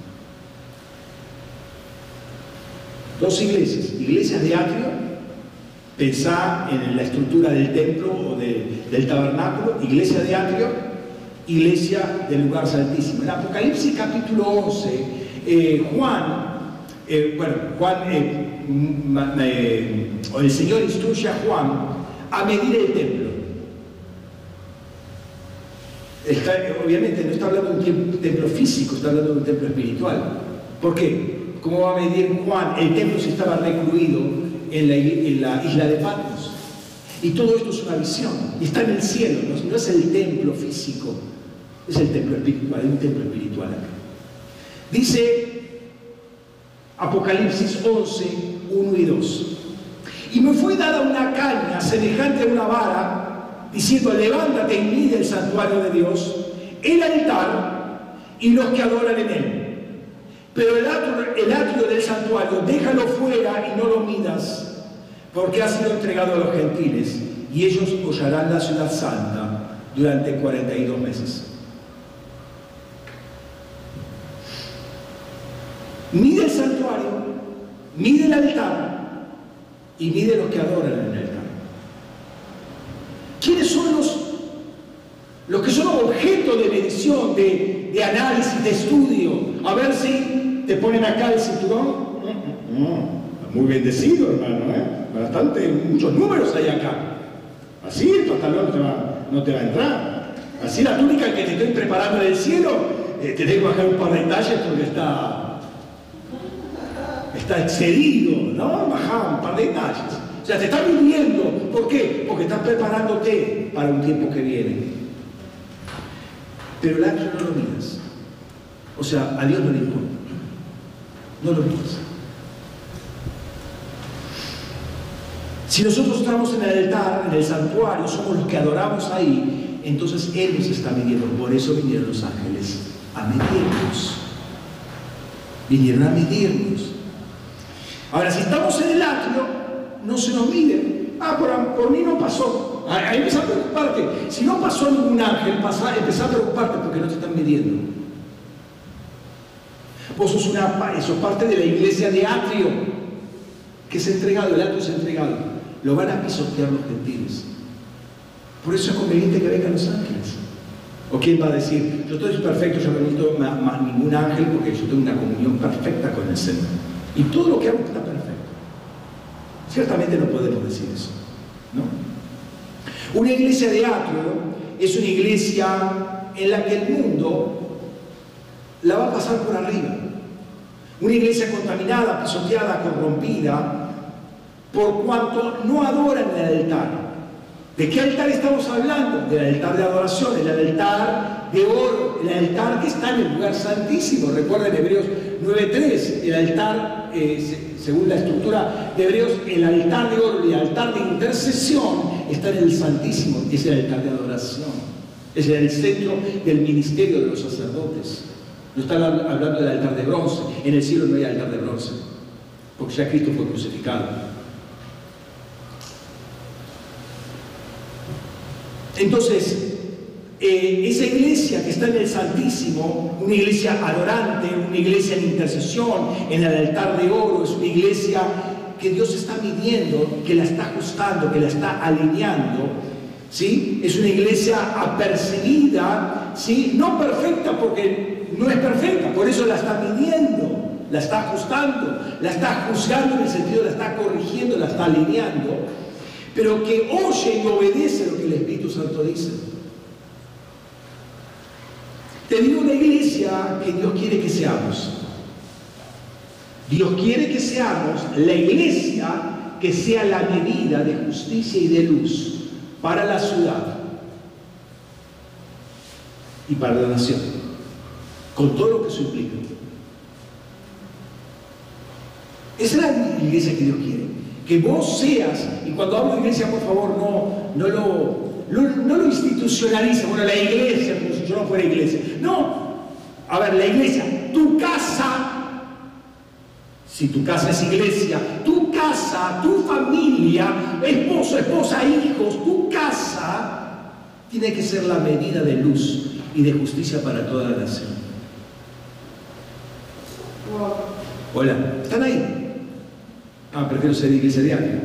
Dos iglesias, iglesias de atrio, pensá en la estructura del templo o de, del tabernáculo, iglesia de atrio, iglesia del lugar santísimo. En Apocalipsis capítulo once, eh, Juan, eh, bueno, Juan, eh, eh, o el Señor instruye a Juan a medir el templo. Está, obviamente no está hablando de un templo físico, está hablando de un templo espiritual. ¿Por qué? ¿Cómo va a medir Juan? El templo se estaba recluido en la, en la isla de Patmos. Y todo esto es una visión. Y está en el cielo, no, no es el templo físico, es el templo espiritual, es un templo espiritual acá. Dice Apocalipsis once, uno y dos. Y me fue dada una caña semejante a una vara, diciendo: levántate y mide el santuario de Dios, el altar y los que adoran en él. Pero el atrio, el atrio del santuario, déjalo fuera y no lo midas, porque ha sido entregado a los gentiles, y ellos hollarán la ciudad santa durante cuarenta y dos meses. Mide el santuario, mide el altar y mide los que adoran en el altar. ¿Quiénes son los, los que son objeto de medición, de, de análisis, de estudio? A ver si te ponen acá el cinturón. Muy bendecido, hermano, ¿eh? Bastante, muchos números hay acá. Así el pantalón no te va, no te va a entrar. Así la túnica que te estoy preparando en el cielo, eh, te tengo que bajar un par de detalles porque está, está excedido, ¿no? Bajar un par de detalles. O sea, te está midiendo. ¿Por qué? Porque estás preparándote para un tiempo que viene. Pero el atrio no lo midas. O sea, a Dios no le importa. No lo midas. Si nosotros estamos en el altar, en el santuario, somos los que adoramos ahí, entonces Él nos está midiendo. Por eso vinieron los ángeles a medirnos. Vinieron a medirnos. Ahora, si estamos en el atrio, no se nos mide. Ah, por, por mí no pasó. Ahí empieza a preocuparte. Si no pasó ningún ángel, pasa, empieza a preocuparte porque no te están midiendo. Vos sos, una, sos parte de la iglesia de atrio, que es entregado, el atrio es entregado. Lo van a pisotear los gentiles. Por eso es conveniente que vengan los ángeles. ¿O quién va a decir: yo estoy perfecto, yo no necesito más, más ningún ángel porque yo tengo una comunión perfecta con el Señor? Y todo lo que hago está perfecto. Ciertamente no podemos decir eso, ¿no? Una iglesia de atrio es una iglesia en la que el mundo la va a pasar por arriba. Una iglesia contaminada, pisoteada, corrompida, por cuanto no adoran en el altar. ¿De qué altar estamos hablando? Del altar de adoración, el altar de oro, el altar que está en el lugar santísimo. Recuerden Hebreos nueve tres, el altar, eh, según la estructura de Hebreos, el altar de oro y el altar de intercesión está en el santísimo, es el altar de adoración. Es el centro del ministerio de los sacerdotes. No están hablando del altar de bronce. En el cielo no hay altar de bronce, porque ya Cristo fue crucificado. Entonces, eh, esa iglesia que está en el Santísimo, una iglesia adorante, una iglesia en intercesión, en el altar de oro, es una iglesia que Dios está midiendo, que la está ajustando, que la está alineando, ¿sí? Es una iglesia apercibida, ¿sí? No perfecta porque no es perfecta, por eso la está midiendo, la está ajustando, la está juzgando en el sentido, la está corrigiendo, la está alineando, pero que oye y obedece lo que el Espíritu Santo dice. Te digo una iglesia que Dios quiere que seamos. Dios quiere que seamos la iglesia que sea la medida de justicia y de luz para la ciudad y para la nación, con todo lo que eso implica. Esa es la iglesia que Dios quiere. Que vos seas, y cuando hablo de iglesia, por favor, no, no, lo, no, no lo institucionalice. Bueno, la iglesia, como si yo no fuera iglesia. No, a ver, la iglesia, tu casa, si tu casa es iglesia, tu casa, tu familia, esposo, esposa, hijos, tu casa, tiene que ser la medida de luz y de justicia para toda la nación. Hola, ¿están ahí? Ah, prefiero ser iglesia de alguien.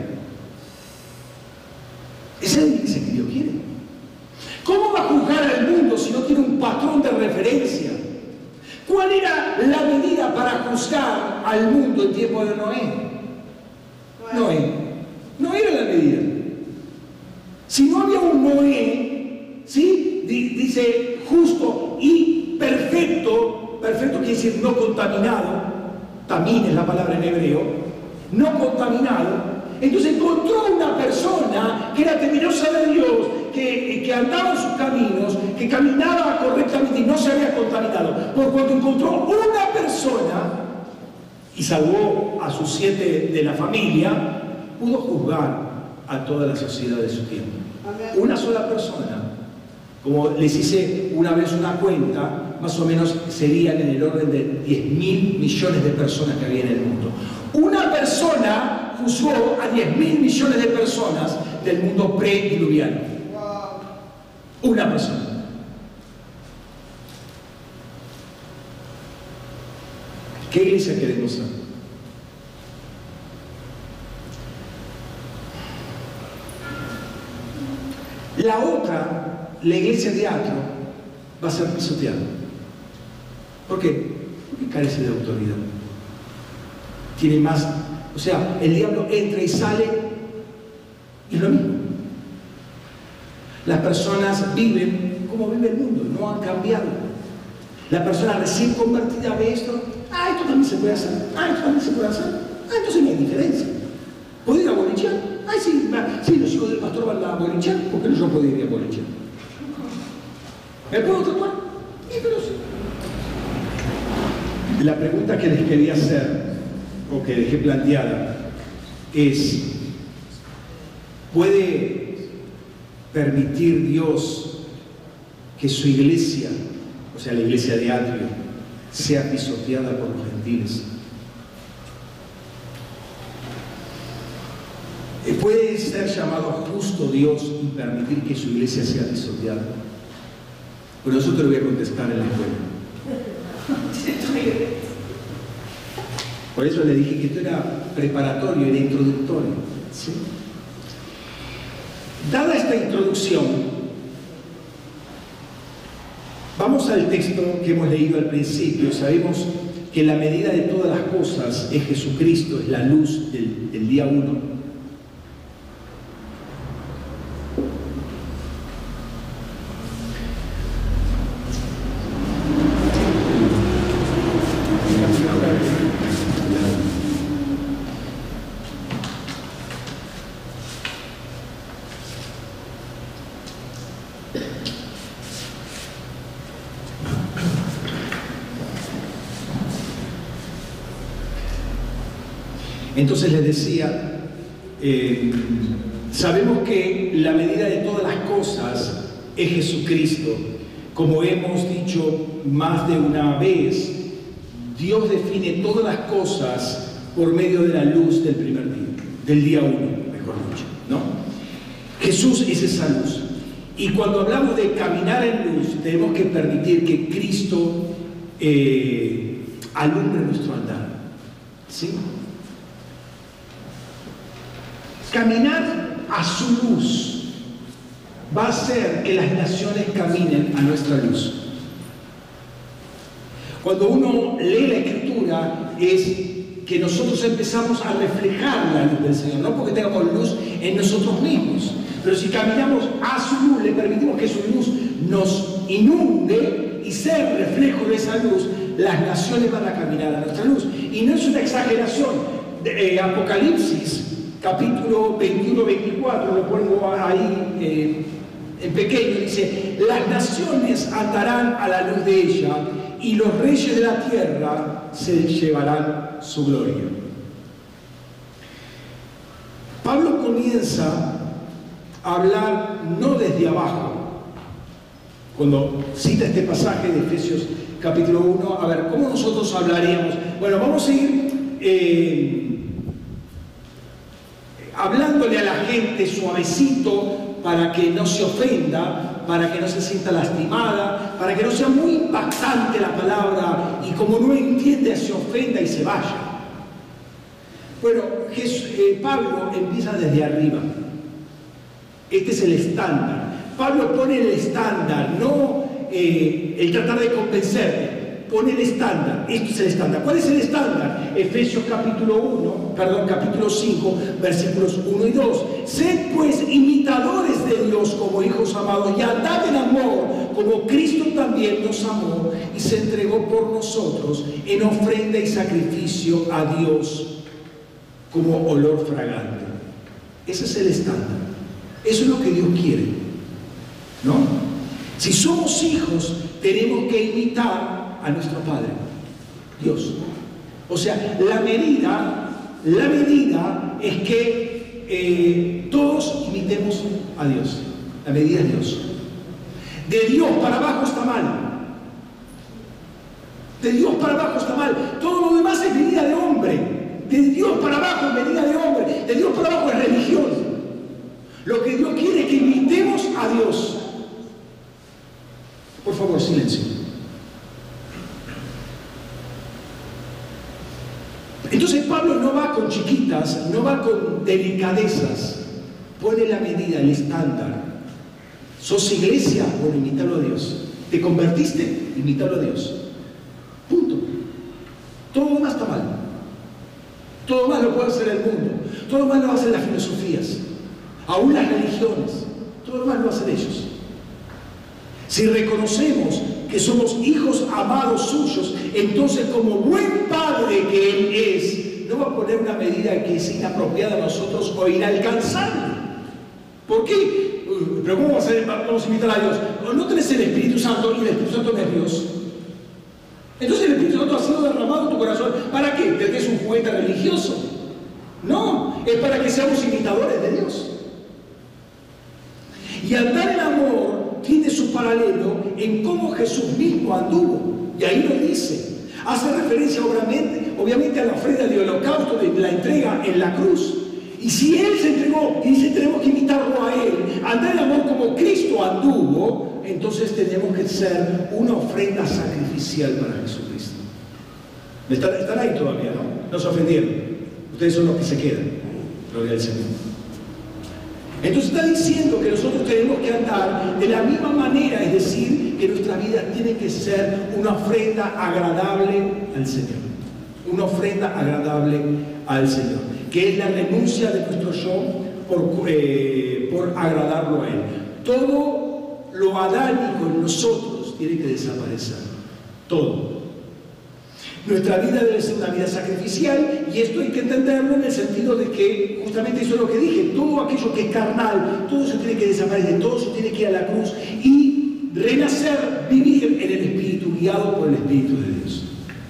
Esa es la iglesia que Dios quiere. ¿Cómo va a juzgar al mundo si no tiene un patrón de referencia? ¿Cuál era la medida para juzgar al mundo en tiempo de Noé? Noé. No era la medida. Si no había un Noé, ¿sí? dice justo y perfecto. Perfecto quiere decir no contaminado. Tamín es la palabra en hebreo. No contaminado. Entonces encontró una persona que era temerosa de Dios, que, que andaba en sus caminos, que caminaba correctamente y no se había contaminado. Por cuando encontró una persona y salvó a sus siete de la familia, pudo juzgar a toda la sociedad de su tiempo. Una sola persona, como les hice una vez una cuenta, más o menos serían en el orden de diez mil millones de personas que había en el mundo. Una persona juzgó a diez mil millones de personas del mundo prediluviano. Una persona. ¿Qué iglesia queremos ser? La otra, la iglesia de teatro, va a ser pisoteada. ¿Por qué? Porque carece de autoridad. Tiene más, o sea, el diablo entra y sale y es lo mismo. Las personas viven como vive el mundo, no han cambiado. La persona recién convertida ve esto, ah, esto también se puede hacer, ah, esto también se puede hacer, ah, entonces no hay diferencia. ¿Puedo ir a bolichear? Ay, sí, sí, los hijos del pastor van a bolichear, ¿por qué no yo puedo ir a bolichear? ¿Me puedo tatuar? Sí, pero sí. La pregunta que les quería hacer, o que dejé planteada, es: ¿puede permitir Dios que su iglesia, o sea, la iglesia de Atrio, sea pisoteada por los gentiles? ¿Puede ser llamado justo Dios y permitir que su iglesia sea pisoteada? Bueno, eso te lo voy a contestar en la escuela. Por eso le dije que esto era preparatorio, era introductorio, ¿sí? Dada esta introducción, vamos al texto que hemos leído al principio. Sabemos que la medida de todas las cosas es Jesucristo, es la luz del, del día uno. Entonces les decía, eh, sabemos que la medida de todas las cosas es Jesucristo. Como hemos dicho más de una vez, Dios define todas las cosas por medio de la luz del primer día, del día uno, mejor dicho, ¿no? Jesús es esa luz. Y cuando hablamos de caminar en luz, tenemos que permitir que Cristo eh, alumbre nuestro andar, ¿sí? Caminar a su luz va a hacer que las naciones caminen a nuestra luz. Cuando uno lee la Escritura, es que nosotros empezamos a reflejar la luz del Señor, no porque tengamos luz en nosotros mismos, pero si caminamos a su luz, le permitimos que su luz nos inunde y ser reflejo de esa luz, las naciones van a caminar a nuestra luz. Y no es una exageración. Eh, Apocalipsis capítulo veintiuno veinticuatro, lo pongo ahí eh, en pequeño, dice: las naciones andarán a la luz de ella y los reyes de la tierra se llevarán su gloria. Pablo comienza a hablar no desde abajo. Cuando cita este pasaje de Efesios capítulo uno, a ver, ¿cómo nosotros hablaríamos? Bueno, vamos a ir eh, hablándole a la gente suavecito para que no se ofenda, para que no se sienta lastimada, para que no sea muy impactante la palabra y como no entiende se ofenda y se vaya. Bueno, Jesús, eh, Pablo empieza desde arriba. Este es el estándar. Pablo pone el estándar, no eh, el tratar de convencerte. pone el estándar. Esto es el estándar. ¿Cuál es el estándar? Efesios capítulo uno, perdón, capítulo cinco, versículos uno y dos. Sed pues imitadores de Dios como hijos amados y andad en amor como Cristo también nos amó y se entregó por nosotros en ofrenda y sacrificio a Dios como olor fragante. Ese es el estándar. Eso es lo que Dios quiere, ¿no? Si somos hijos, tenemos que imitar a nuestro Padre, Dios. O sea, la medida, la medida es que eh, todos imitemos a Dios. La medida es Dios. De Dios para abajo está mal. De Dios para abajo está mal. Todo lo demás es medida de hombre. De Dios para abajo es medida de hombre. De Dios para abajo es religión. Lo que Dios quiere es que imitemos a Dios. Por favor, silencio. Entonces Pablo no va con chiquitas, no va con delicadezas. Pone la medida, el estándar. ¿Sos iglesia? Bueno, imítalo a Dios. ¿Te convertiste? Imítalo a Dios. Punto. Todo lo demás está mal. Todo lo más lo puede hacer el mundo. Todo lo más lo hacen las filosofías. Aún las religiones. Todo lo más lo hacen ellos. Si reconocemos que somos hijos amados suyos, entonces como buen padre que Él es, no va a poner una medida que es inapropiada a nosotros o inalcanzable. ¿Por qué? Pero ¿cómo vamos a, hacer, vamos a imitar a Dios? No tenés el Espíritu Santo y el Espíritu Santo no es Dios. Entonces el Espíritu Santo ha sido derramado en tu corazón. ¿Para qué? ¿Porque es un juguete religioso? No, es para que seamos imitadores de Dios. Y andar en amor tiene su paralelo en cómo Jesús mismo anduvo. Y ahí lo dice. Hace referencia obviamente, obviamente a la ofrenda de holocausto, de la entrega en la cruz. Y si Él se entregó y dice tenemos que imitarlo a Él, andar en amor como Cristo anduvo, entonces tenemos que ser una ofrenda sacrificial para Jesucristo. ¿Están, están ahí todavía, no? No se ofendieron. Ustedes son los que se quedan. Gloria al Señor. Entonces está diciendo que nosotros tenemos que andar de la misma manera, es decir, que nuestra vida tiene que ser una ofrenda agradable al Señor. Una ofrenda agradable al Señor, que es la renuncia de nuestro yo por, eh, por agradarlo a Él. Todo lo adánico en nosotros tiene que desaparecer. Todo. Nuestra vida debe ser una vida sacrificial, y esto hay que entenderlo en el sentido de que, justamente eso es lo que dije, todo aquello que es carnal, todo eso tiene que desaparecer, todo eso tiene que ir a la cruz y renacer, vivir en el Espíritu, guiado por el Espíritu de Dios.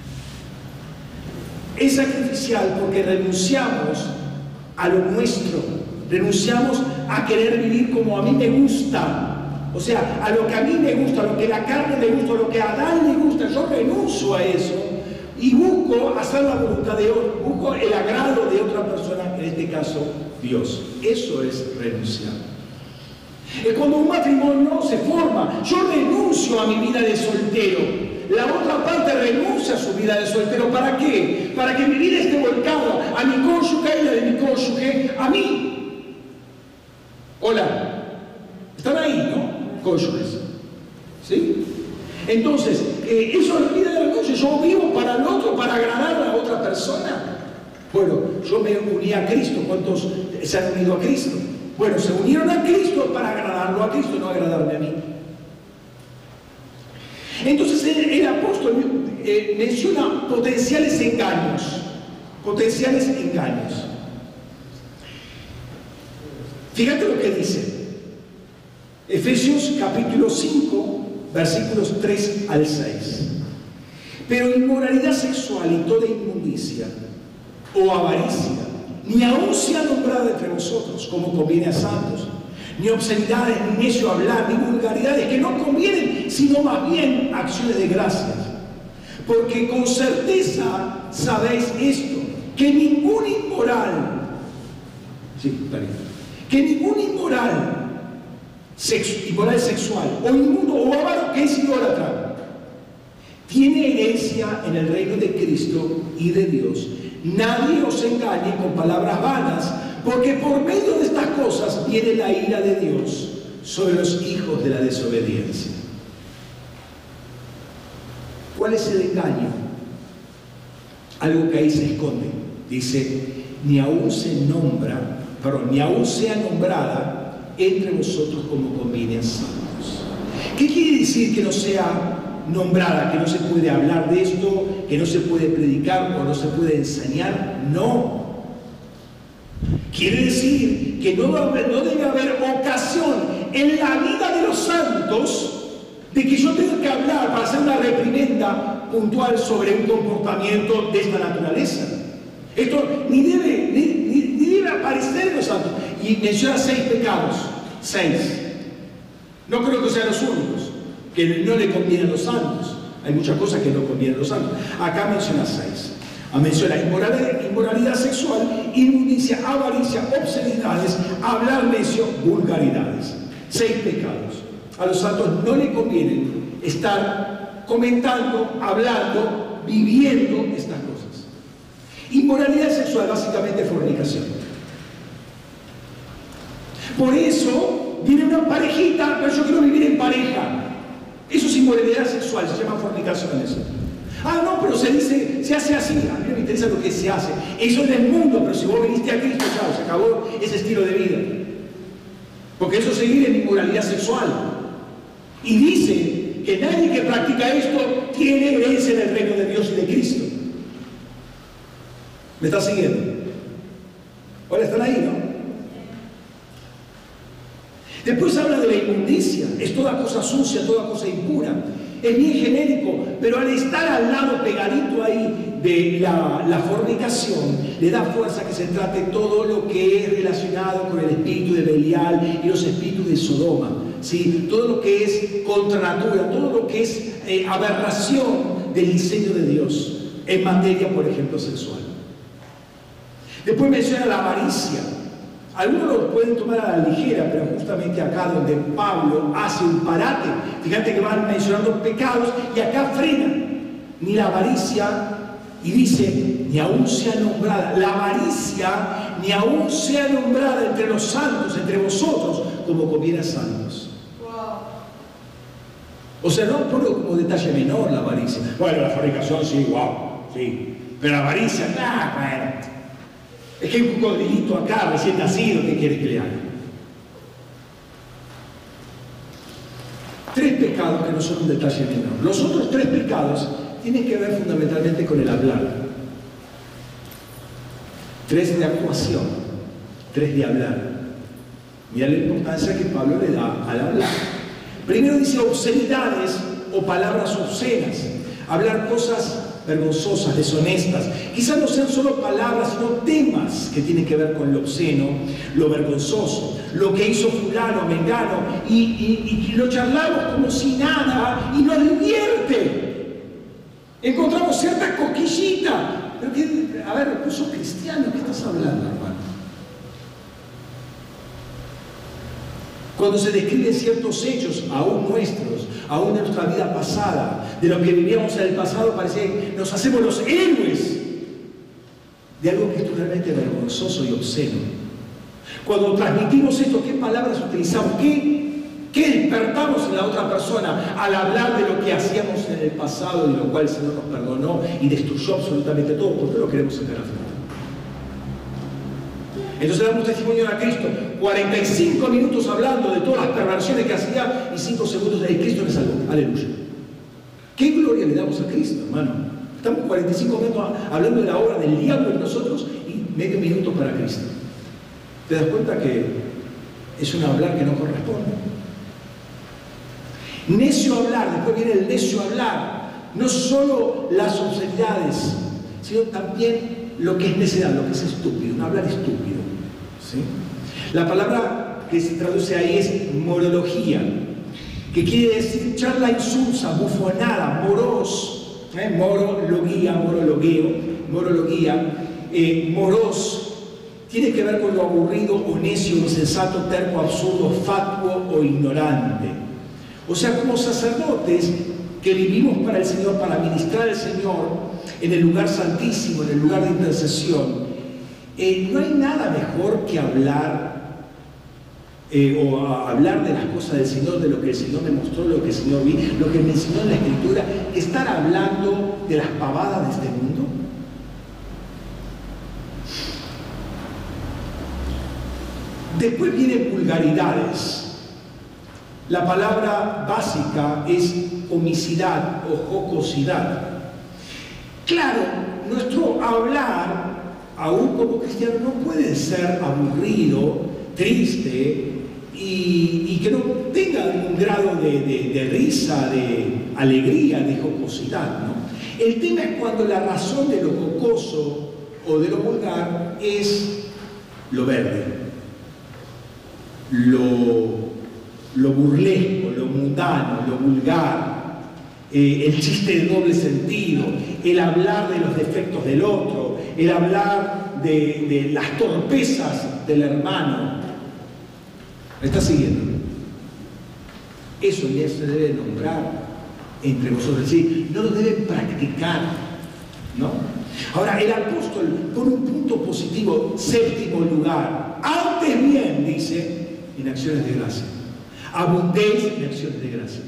Es sacrificial porque renunciamos a lo nuestro, renunciamos a querer vivir como a mí me gusta, o sea, a lo que a mí me gusta, a lo que la carne le gusta, a lo que a Adán le gusta. Yo renuncio a eso y busco hacer la voluntad de otro, busco el agrado de otra persona, en este caso Dios. Eso es renunciar. Es cuando un matrimonio se forma. Yo renuncio a mi vida de soltero, la otra parte renuncia a su vida de soltero. ¿Para qué? Para que mi vida esté volcada a mi cónyuge y la de mi cónyuge a mí. Hola, están ahí, ¿no? Cónyuges, ¿sí? Entonces, eh, eso es la vida de la cónyuge. Yo vivo para el otro, para agradar a la otra persona. Bueno, yo me uní a Cristo. ¿Cuántos se han unido a Cristo? Bueno, se unieron a Cristo para agradarlo a Cristo, no agradarme a mí. Entonces el, el apóstol eh, menciona potenciales engaños, potenciales engaños. Fíjate lo que dice Efesios capítulo cinco, versículos tres al seis. Pero inmoralidad sexual y toda inmundicia o avaricia, ni aun sea nombrada entre vosotros como conviene a santos, ni obscenidades, ni necio hablar, ni vulgaridades que no convienen, sino más bien acciones de gracias. Porque con certeza sabéis esto, que ningún inmoral, sí, que ningún inmoral, sex, inmoral sexual, o inmundo, o avaro, que es idólatra, tiene herencia en el reino de Cristo y de Dios. Nadie os engañe con palabras vanas, porque por medio de estas cosas viene la ira de Dios sobre los hijos de la desobediencia. ¿Cuál es el engaño? Algo que ahí se esconde. Dice, ni aún se nombra, perdón, ni aún sea nombrada entre vosotros como conviene a santos. ¿Qué quiere decir que no sea nombrada? ¿Que no se puede hablar de esto? ¿Que no se puede predicar o no se puede enseñar? No. Quiere decir que no, no debe haber ocasión en la vida de los santos de que yo tenga que hablar para hacer una reprimenda puntual sobre un comportamiento de esta naturaleza. Esto ni debe, ni, ni, ni debe aparecer en los santos. Y menciona seis pecados. Seis. No creo que sean los únicos, que no le convienen a los santos. Hay muchas cosas que no convienen a los santos. Acá menciona seis. Menciona inmoralidad, inmoralidad sexual, inmundicia, avaricia, obscenidades, hablar necio, vulgaridades. Seis pecados. A los santos no le conviene estar comentando, hablando, viviendo estas cosas. Inmoralidad sexual, básicamente fornicación. Por eso viene una parejita, pero yo quiero vivir en pareja. Eso es inmoralidad sexual, se llama fornicación eso. Ah, no, pero se dice, se hace así. A mí no me interesa lo que se hace. Eso es del mundo, pero si vos viniste a Cristo, ya se acabó ese estilo de vida. Porque eso se vive en inmoralidad sexual. Y dice que nadie que practica esto tiene herencia en el reino de Dios y de Cristo. ¿Me está siguiendo? Ahora están ahí, ¿no? Después habla de la inmundicia. Es toda cosa sucia, toda cosa impura. Es bien genérico, pero al estar al lado pegadito ahí de la, la fornicación, le da fuerza que se trate todo lo que es relacionado con el espíritu de Belial y los espíritus de Sodoma, ¿sí? Todo lo que es contra natura, todo lo que es eh, aberración del diseño de Dios en materia, por ejemplo, sexual. Después menciona la avaricia. Algunos lo pueden tomar a la ligera, pero justamente acá donde Pablo hace un parate, fíjate que van mencionando pecados y acá frena. Ni la avaricia, y dice, ni aún sea nombrada, la avaricia ni aún sea nombrada entre los santos, entre vosotros, como conviene a santos. O sea, no pongo como detalle menor la avaricia. Bueno, la fornicación sí, wow, sí, pero la avaricia, nah, bueno. Es que hay un cocodrilito acá, recién nacido, ¿qué quieres que le haga? Tres pecados que no son un detalle menor. Los otros tres pecados tienen que ver fundamentalmente con el hablar. Tres de actuación, tres de hablar. Mira la importancia que Pablo le da al hablar. Primero dice obscenidades o palabras obscenas. Hablar cosas vergonzosas, deshonestas. Quizás no sean solo palabras, sino temas que tienen que ver con lo obsceno, lo vergonzoso, lo que hizo fulano, mengano, y, y, y lo charlamos como si nada, y nos divierte. Encontramos cierta cosquillita. Pero que, a ver, ¿tú sos cristiano? ¿Qué estás hablando, hermano? Cuando se describen ciertos hechos, aún nuestros, aún de nuestra vida pasada, de lo que vivíamos en el pasado, parece que nos hacemos los héroes de algo que es realmente vergonzoso y obsceno. Cuando transmitimos esto, ¿qué palabras utilizamos? ¿Qué, qué despertamos en la otra persona al hablar de lo que hacíamos en el pasado y lo cual el Señor nos perdonó y destruyó absolutamente todo? ¿Por qué lo queremos sacar a frente? Entonces damos testimonio a Cristo, cuarenta y cinco minutos hablando de todas las perversiones que hacía y cinco segundos de Cristo me salvó. Aleluya. ¿Qué gloria le damos a Cristo, hermano? Estamos cuarenta y cinco minutos hablando de la obra del diablo en nosotros y medio minuto para Cristo. ¿Te das cuenta que es un hablar que no corresponde? Necio hablar, después viene el necio hablar. No solo las obscenidades, sino también lo que es necedad, lo que es estúpido, un hablar estúpido. ¿Sí? La palabra que se traduce ahí es morología, que quiere decir charla insulsa, bufonada, moros, ¿eh? morología, morologueo, morología, eh, moros, tiene que ver con lo aburrido o necio, insensato, terco, absurdo, fatuo o ignorante. O sea, como sacerdotes que vivimos para el Señor, para ministrar al Señor en el lugar santísimo, en el lugar de intercesión, eh, no hay nada mejor que hablar eh, o a hablar de las cosas del Señor, de lo que el Señor me mostró, lo que el Señor vi, lo que me enseñó en la Escritura, que estar hablando de las pavadas de este mundo? Después vienen vulgaridades. La palabra básica es comicidad o jocosidad. Claro, nuestro hablar, aún como cristiano, no puede ser aburrido, triste y, y que no tenga un grado de, de, de risa, de alegría, de jocosidad, ¿no? El tema es cuando la razón de lo jocoso o de lo vulgar es lo verde, lo lo burlesco, lo mundano, lo vulgar, eh, el chiste de doble sentido, el hablar de los defectos del otro, el hablar de, de las torpezas del hermano. ¿Me está siguiendo? Eso ya se debe nombrar entre vosotros, es decir, no lo deben practicar, ¿no? Ahora, el apóstol pone un punto positivo, séptimo lugar. Antes bien, dice, en acciones de gracia. Abundéis en acciones de gracia.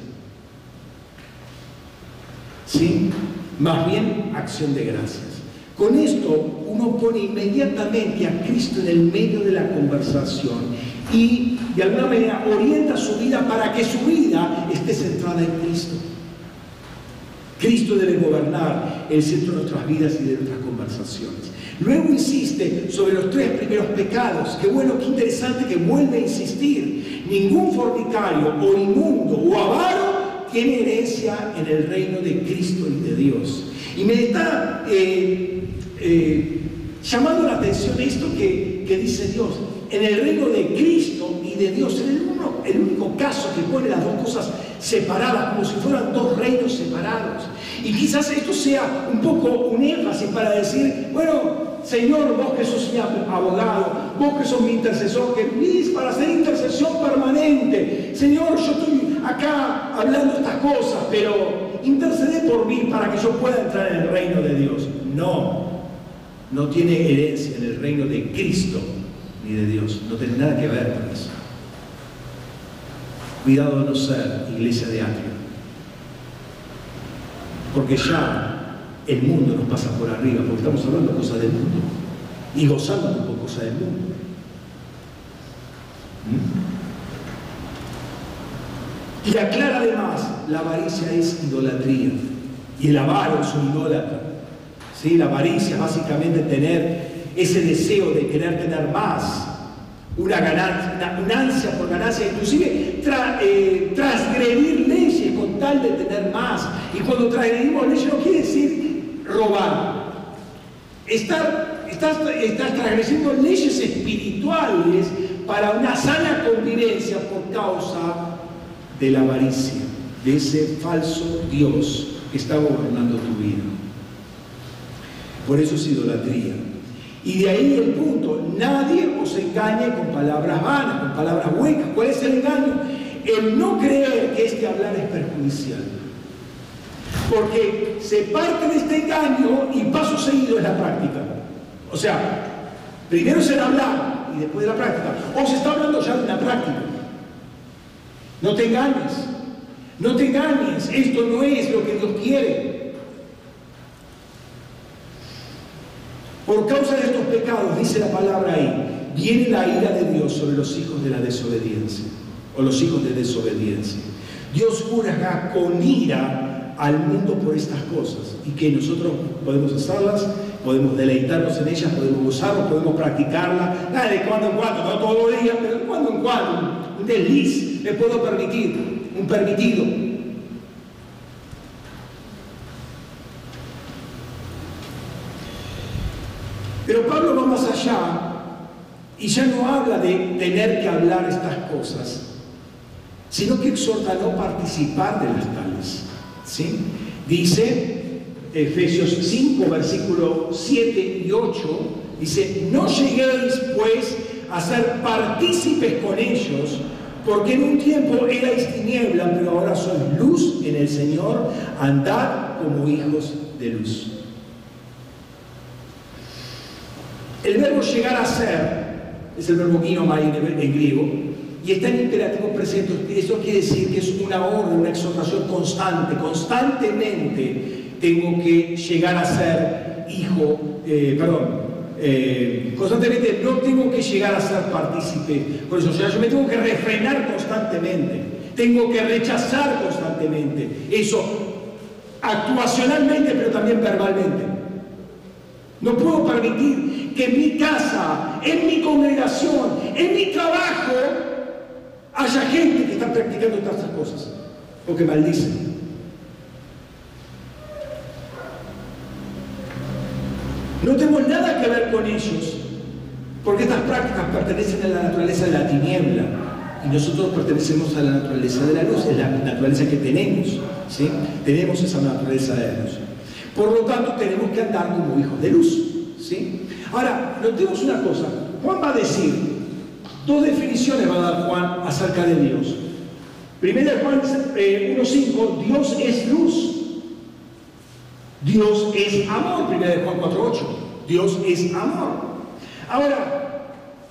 ¿Sí? Más bien acción de gracias. Con esto uno pone inmediatamente a Cristo en el medio de la conversación y de alguna manera orienta su vida para que su vida esté centrada en Cristo. Cristo debe gobernar el centro de nuestras vidas y de nuestras conversaciones. Luego insiste sobre los tres primeros pecados. Qué bueno, qué interesante que vuelve a insistir. Ningún fornicario o inmundo o avaro tiene herencia en el reino de Cristo y de Dios. Y me está eh, eh, llamando la atención esto que, que dice Dios. En el reino de Cristo y de Dios, en el, uno, el único caso que pone las dos cosas separadas, como si fueran dos reinos separados. Y quizás esto sea un poco un énfasis para decir, bueno, Señor, vos que sos mi abogado, vos que sos mi intercesor, que venís para hacer intercesión permanente. Señor, yo estoy acá hablando estas cosas, pero intercede por mí para que yo pueda entrar en el reino de Dios. No, no tiene herencia en el reino de Cristo ni de Dios. No tiene nada que ver con eso. Cuidado de no ser iglesia de atrio, porque ya el mundo nos pasa por arriba, porque estamos hablando de cosas del mundo y gozando un poco cosas del mundo. ¿Mm? Y aclara además, la avaricia es idolatría y el avaro es un idólatra. ¿Sí? La avaricia es básicamente tener ese deseo de querer tener más, una ganancia, una, una ansia por ganancia, inclusive tra, eh, transgredir leyes con tal de tener más. Y cuando transgredimos leyes no quiere decir robar. Estar, estás, estás transgrediendo leyes espirituales para una sana convivencia por causa de la avaricia, de ese falso Dios que está gobernando tu vida. Por eso es idolatría. Y de ahí el punto, nadie os engañe con palabras vanas, con palabras huecas. ¿Cuál es el engaño? El no creer que este hablar es perjudicial. Porque se parte de este engaño y paso seguido es la práctica. O sea, primero es el hablar y después de la práctica. O se está hablando ya de una práctica. No te engañes, no te engañes, esto no es lo que Dios quiere. Por causa de estos pecados, dice la palabra ahí, viene la ira de Dios sobre los hijos de la desobediencia, o los hijos de desobediencia. Dios juzga con ira al mundo por estas cosas, y que nosotros podemos hacerlas, podemos deleitarnos en ellas, podemos gozarlas, podemos practicarlas, nada de cuando en cuando, no todos los días, pero de cuando en cuando, un desliz, le puedo permitir, un permitido. Pero Pablo va más allá y ya no habla de tener que hablar estas cosas, sino que exhorta a no participar de las tales. ¿Sí? Dice Efesios cinco, versículos siete y ocho, dice, no lleguéis pues a ser partícipes con ellos, porque en un tiempo erais tiniebla, pero ahora sois luz en el Señor, andad como hijos de luz. El verbo llegar a ser es el verbo ginomai en griego y está en imperativo presente. Eso quiere decir que es una orden, una exhortación constante, constantemente tengo que llegar a ser hijo, eh, perdón, eh, constantemente no tengo que llegar a ser partícipe con eso. O sea, yo me tengo que refrenar constantemente, tengo que rechazar constantemente eso, actuacionalmente, pero también verbalmente. No puedo permitir que en mi casa, en mi congregación, en mi trabajo, haya gente que está practicando estas cosas o que maldicen. No tenemos nada que ver con ellos, porque estas prácticas pertenecen a la naturaleza de la tiniebla y nosotros pertenecemos a la naturaleza de la luz, es la naturaleza que tenemos, ¿sí? Tenemos esa naturaleza de la luz. Por lo tanto, tenemos que andar como hijos de luz, ¿sí? Ahora, notemos una cosa. Juan va a decir, dos definiciones va a dar Juan acerca de Dios. Primera de Juan eh, uno cinco, Dios es luz. Dios es amor, primera de Juan cuatro ocho. Dios es amor. Ahora,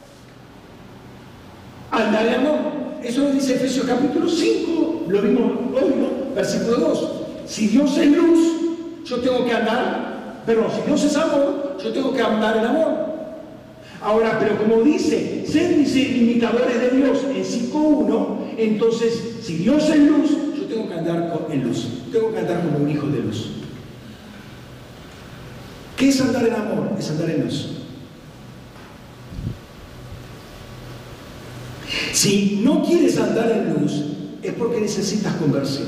andar en amor. Eso lo dice Efesios capítulo cinco, lo vimos hoy, ¿no? Versículo dos. Si Dios es luz, yo tengo que andar, perdón, si Dios es amor, yo tengo que andar en amor. Ahora, pero como dice, ser imitadores de Dios en cinco uno, entonces, si Dios es luz, yo tengo que andar en luz. Tengo que andar como un hijo de luz. ¿Qué es andar en amor? Es andar en luz. Si no quieres andar en luz, es porque necesitas conversión.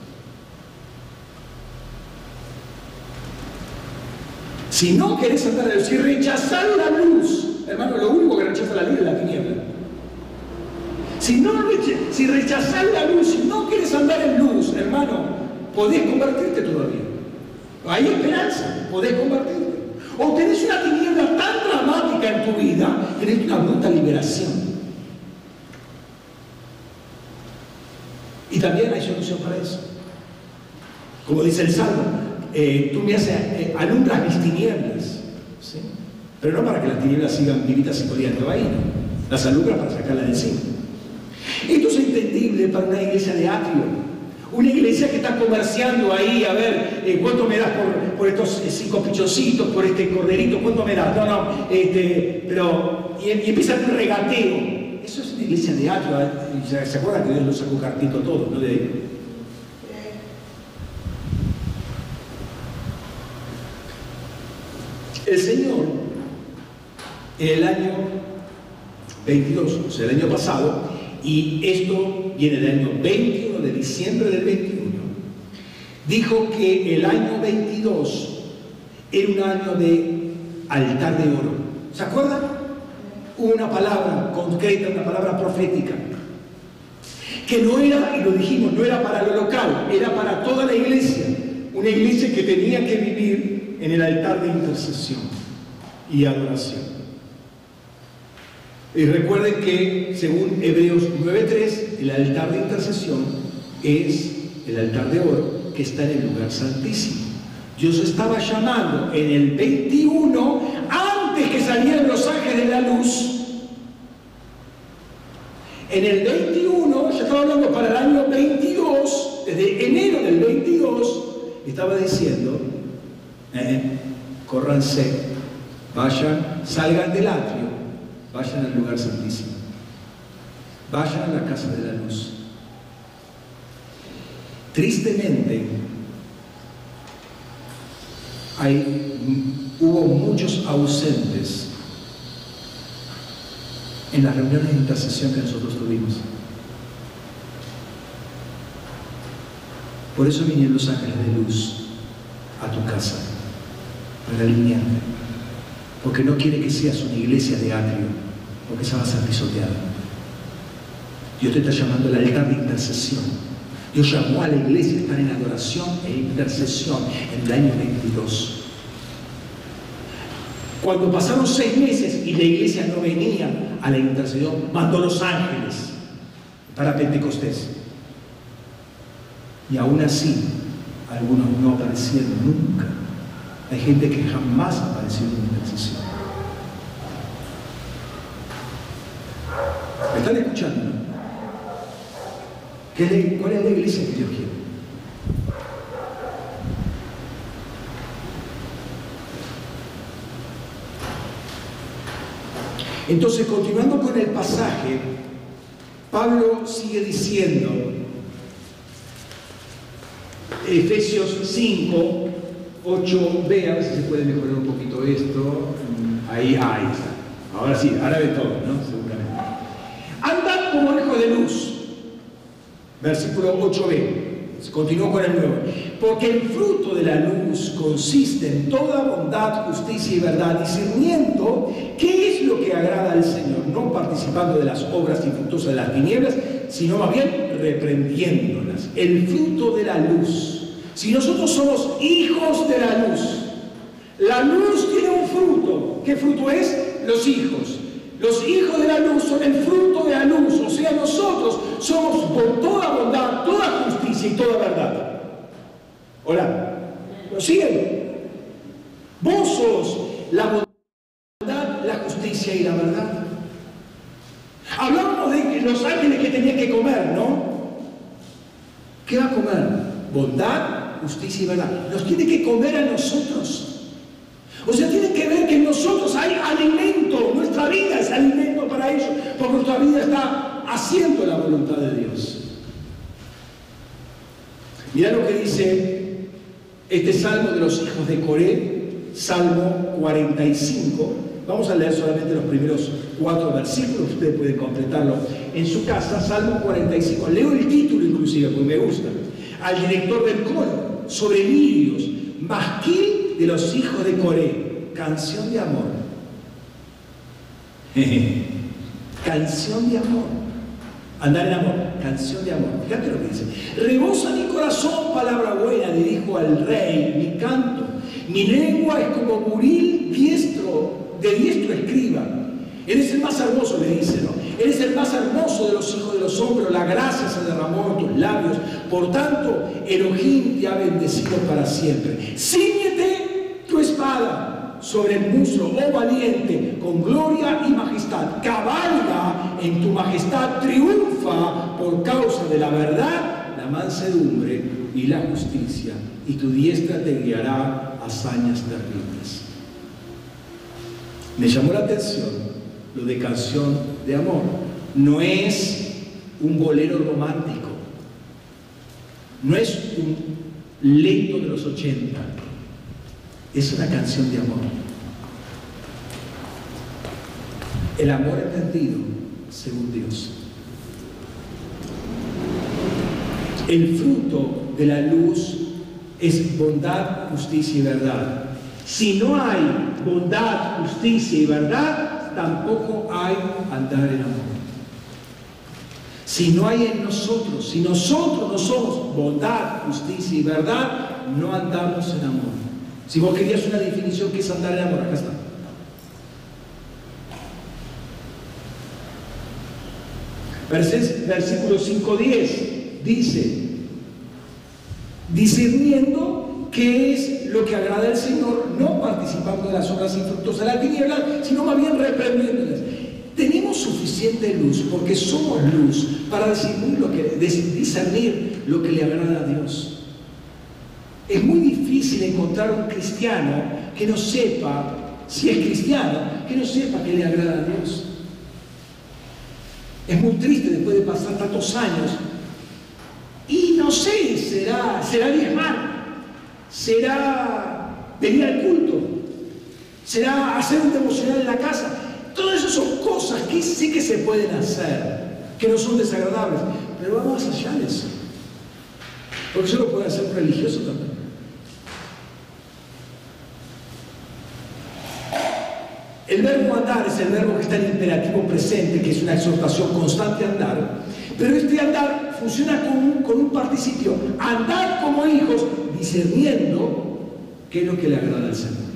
Si no querés andar en luz, si rechazar la luz, hermano, lo único que rechaza la luz es la tiniebla. Si, no, si rechazar la luz, si no quieres andar en luz, hermano, podés convertirte todavía. Hay esperanza, podés convertirte. O tenés una tiniebla tan dramática en tu vida que tenés una bruta liberación. Y también hay solución para eso. Como dice el Salmo, eh, tú me haces, eh, alumbras mis tinieblas, ¿sí? Pero no para que las tinieblas sigan vivitas y coliando ahí, ¿no? Las alumbras para sacarlas de encima. Esto es entendible para una iglesia de atrio. Una iglesia que está comerciando ahí, a ver, eh, ¿cuánto me das por, por estos eh, cinco pichoncitos, por este corderito? ¿Cuánto me das? No, no, este, pero, y, y empieza el regateo. Eso es una iglesia de atrio. ¿eh? ¿Se acuerdan que Dios lo sacó cartito todo, no de ahí? El Señor, en el año veintidós, o sea, el año pasado, y esto viene del año veintiuno, de diciembre del veintiuno, dijo que el año veintidós era un año de altar de oro. ¿Se acuerdan? Hubo una palabra concreta, una palabra profética, que no era, y lo dijimos, no era para lo local, era para toda la iglesia. Una iglesia que tenía que vivir en el altar de intercesión y adoración. Y recuerden que, según Hebreos nueve tres, el altar de intercesión es el altar de oro que está en el lugar santísimo. Dios estaba llamando en el veintiuno, antes que salieran los ángeles de la luz. En el veintiuno, ya estaba hablando para el año veintidós, desde enero del veintidós, estaba diciendo, eh, córranse, vayan, salgan del atrio, vayan al lugar santísimo, vayan a la casa de la luz. Tristemente, hay, hubo muchos ausentes en las reuniones de intercesión que nosotros tuvimos. Por eso vinieron los ángeles de luz a tu casa, para alinearte, porque no quiere que seas una iglesia de atrio, porque esa va a ser pisoteada. Dios te está llamando al altar de intercesión. Dios llamó a la iglesia a estar en adoración e intercesión en el año veintidós. Cuando pasaron seis meses y la iglesia no venía a la intercesión, mandó los ángeles para Pentecostés. Y aún así, algunos no aparecieron nunca. Hay gente que jamás apareció en intercesión. ¿Me están escuchando? ¿Qué es, ¿Cuál es la iglesia que Dios quiere? Entonces, continuando con el pasaje, Pablo sigue diciendo, Efesios cinco, ocho b, a ver si se puede mejorar un poquito esto. Ahí, ahí está. Ahora sí, ahora ve todo, ¿no? Seguramente. Andad como hijos de luz. Versículo ocho b. Continúo con el nuevo. Porque el fruto de la luz consiste en toda bondad, justicia y verdad, discerniendo qué es lo que agrada al Señor, no participando de las obras infructuosas de las tinieblas, sino más bien reprendiéndolas. El fruto de la luz. Si nosotros somos hijos de la luz, la luz tiene un fruto. ¿Qué fruto es? Los hijos. Los hijos de la luz son el fruto de la luz, o sea, nosotros somos por toda bondad, toda justicia y toda verdad. Hola, ¿lo siguen? Vos sos la bondad, la justicia y la verdad. Hablábamos de los ángeles que tenían que comer, ¿no? ¿Qué va a comer? Bondad, justicia y verdad. Nos tiene que comer a nosotros. O sea, tiene que ver que en nosotros hay alimento, nuestra vida es alimento para ellos, porque nuestra vida está haciendo la voluntad de Dios. Mirá lo que dice este salmo de los hijos de Coré, Salmo cuarenta y cinco. Vamos a leer solamente los primeros cuatro versículos, ustedes pueden completarlo en su casa. Salmo cuarenta y cinco. Leo el título inclusive, porque me gusta. Al director del coro, sobre lirios, masquil de los hijos de Coré, canción de amor. Canción de amor. Andar en amor, canción de amor. Fíjate lo que dice. Rebosa mi corazón palabra buena, dirijo al rey, mi canto. Mi lengua es como buril diestro, de diestro escriba. Eres el más hermoso, le dice, ¿no? Eres el más hermoso de los hijos de los hombres, la gracia se derramó en tus labios. Por tanto, Elohim te ha bendecido para siempre. Cíñete tu espada sobre el muslo, oh valiente, con gloria y majestad. Cabalga en tu majestad, triunfa por causa de la verdad, la mansedumbre y la justicia, y tu diestra te guiará a hazañas terribles. Me llamó la atención lo de canción de amor. No es un bolero romántico, no es un lento de los ochenta, es una canción de amor. El amor entendido según Dios. El fruto de la luz es bondad, justicia y verdad. Si no hay bondad, justicia y verdad, tampoco hay andar en amor. Si no hay en nosotros, si nosotros no somos bondad, justicia y verdad, no andamos en amor. Si vos querías una definición que es andar en amor, acá está. Versículo cinco diez dice, discerniendo qué es lo que agrada al Señor, no participando de las obras infructuosas de la tiniebla, sino más bien reprendiéndolas. Tenemos suficiente luz, porque somos luz, para discernir lo que, discernir lo que le agrada a Dios. Es muy difícil encontrar un cristiano que no sepa, si es cristiano, que no sepa que le agrada a Dios. Es muy triste después de pasar tantos años. Y no sé, será, será diezmar, será venir al culto, será hacer un devocional en la casa. Todas esas son cosas que sí que se pueden hacer, que no son desagradables, pero vamos más allá de eso. Porque eso lo puede hacer un religioso también. El verbo andar es el verbo que está en imperativo presente, que es una exhortación constante a andar, pero este andar funciona con un, con un participio. Andar como hijos, discerniendo qué es lo que le agrada al Señor.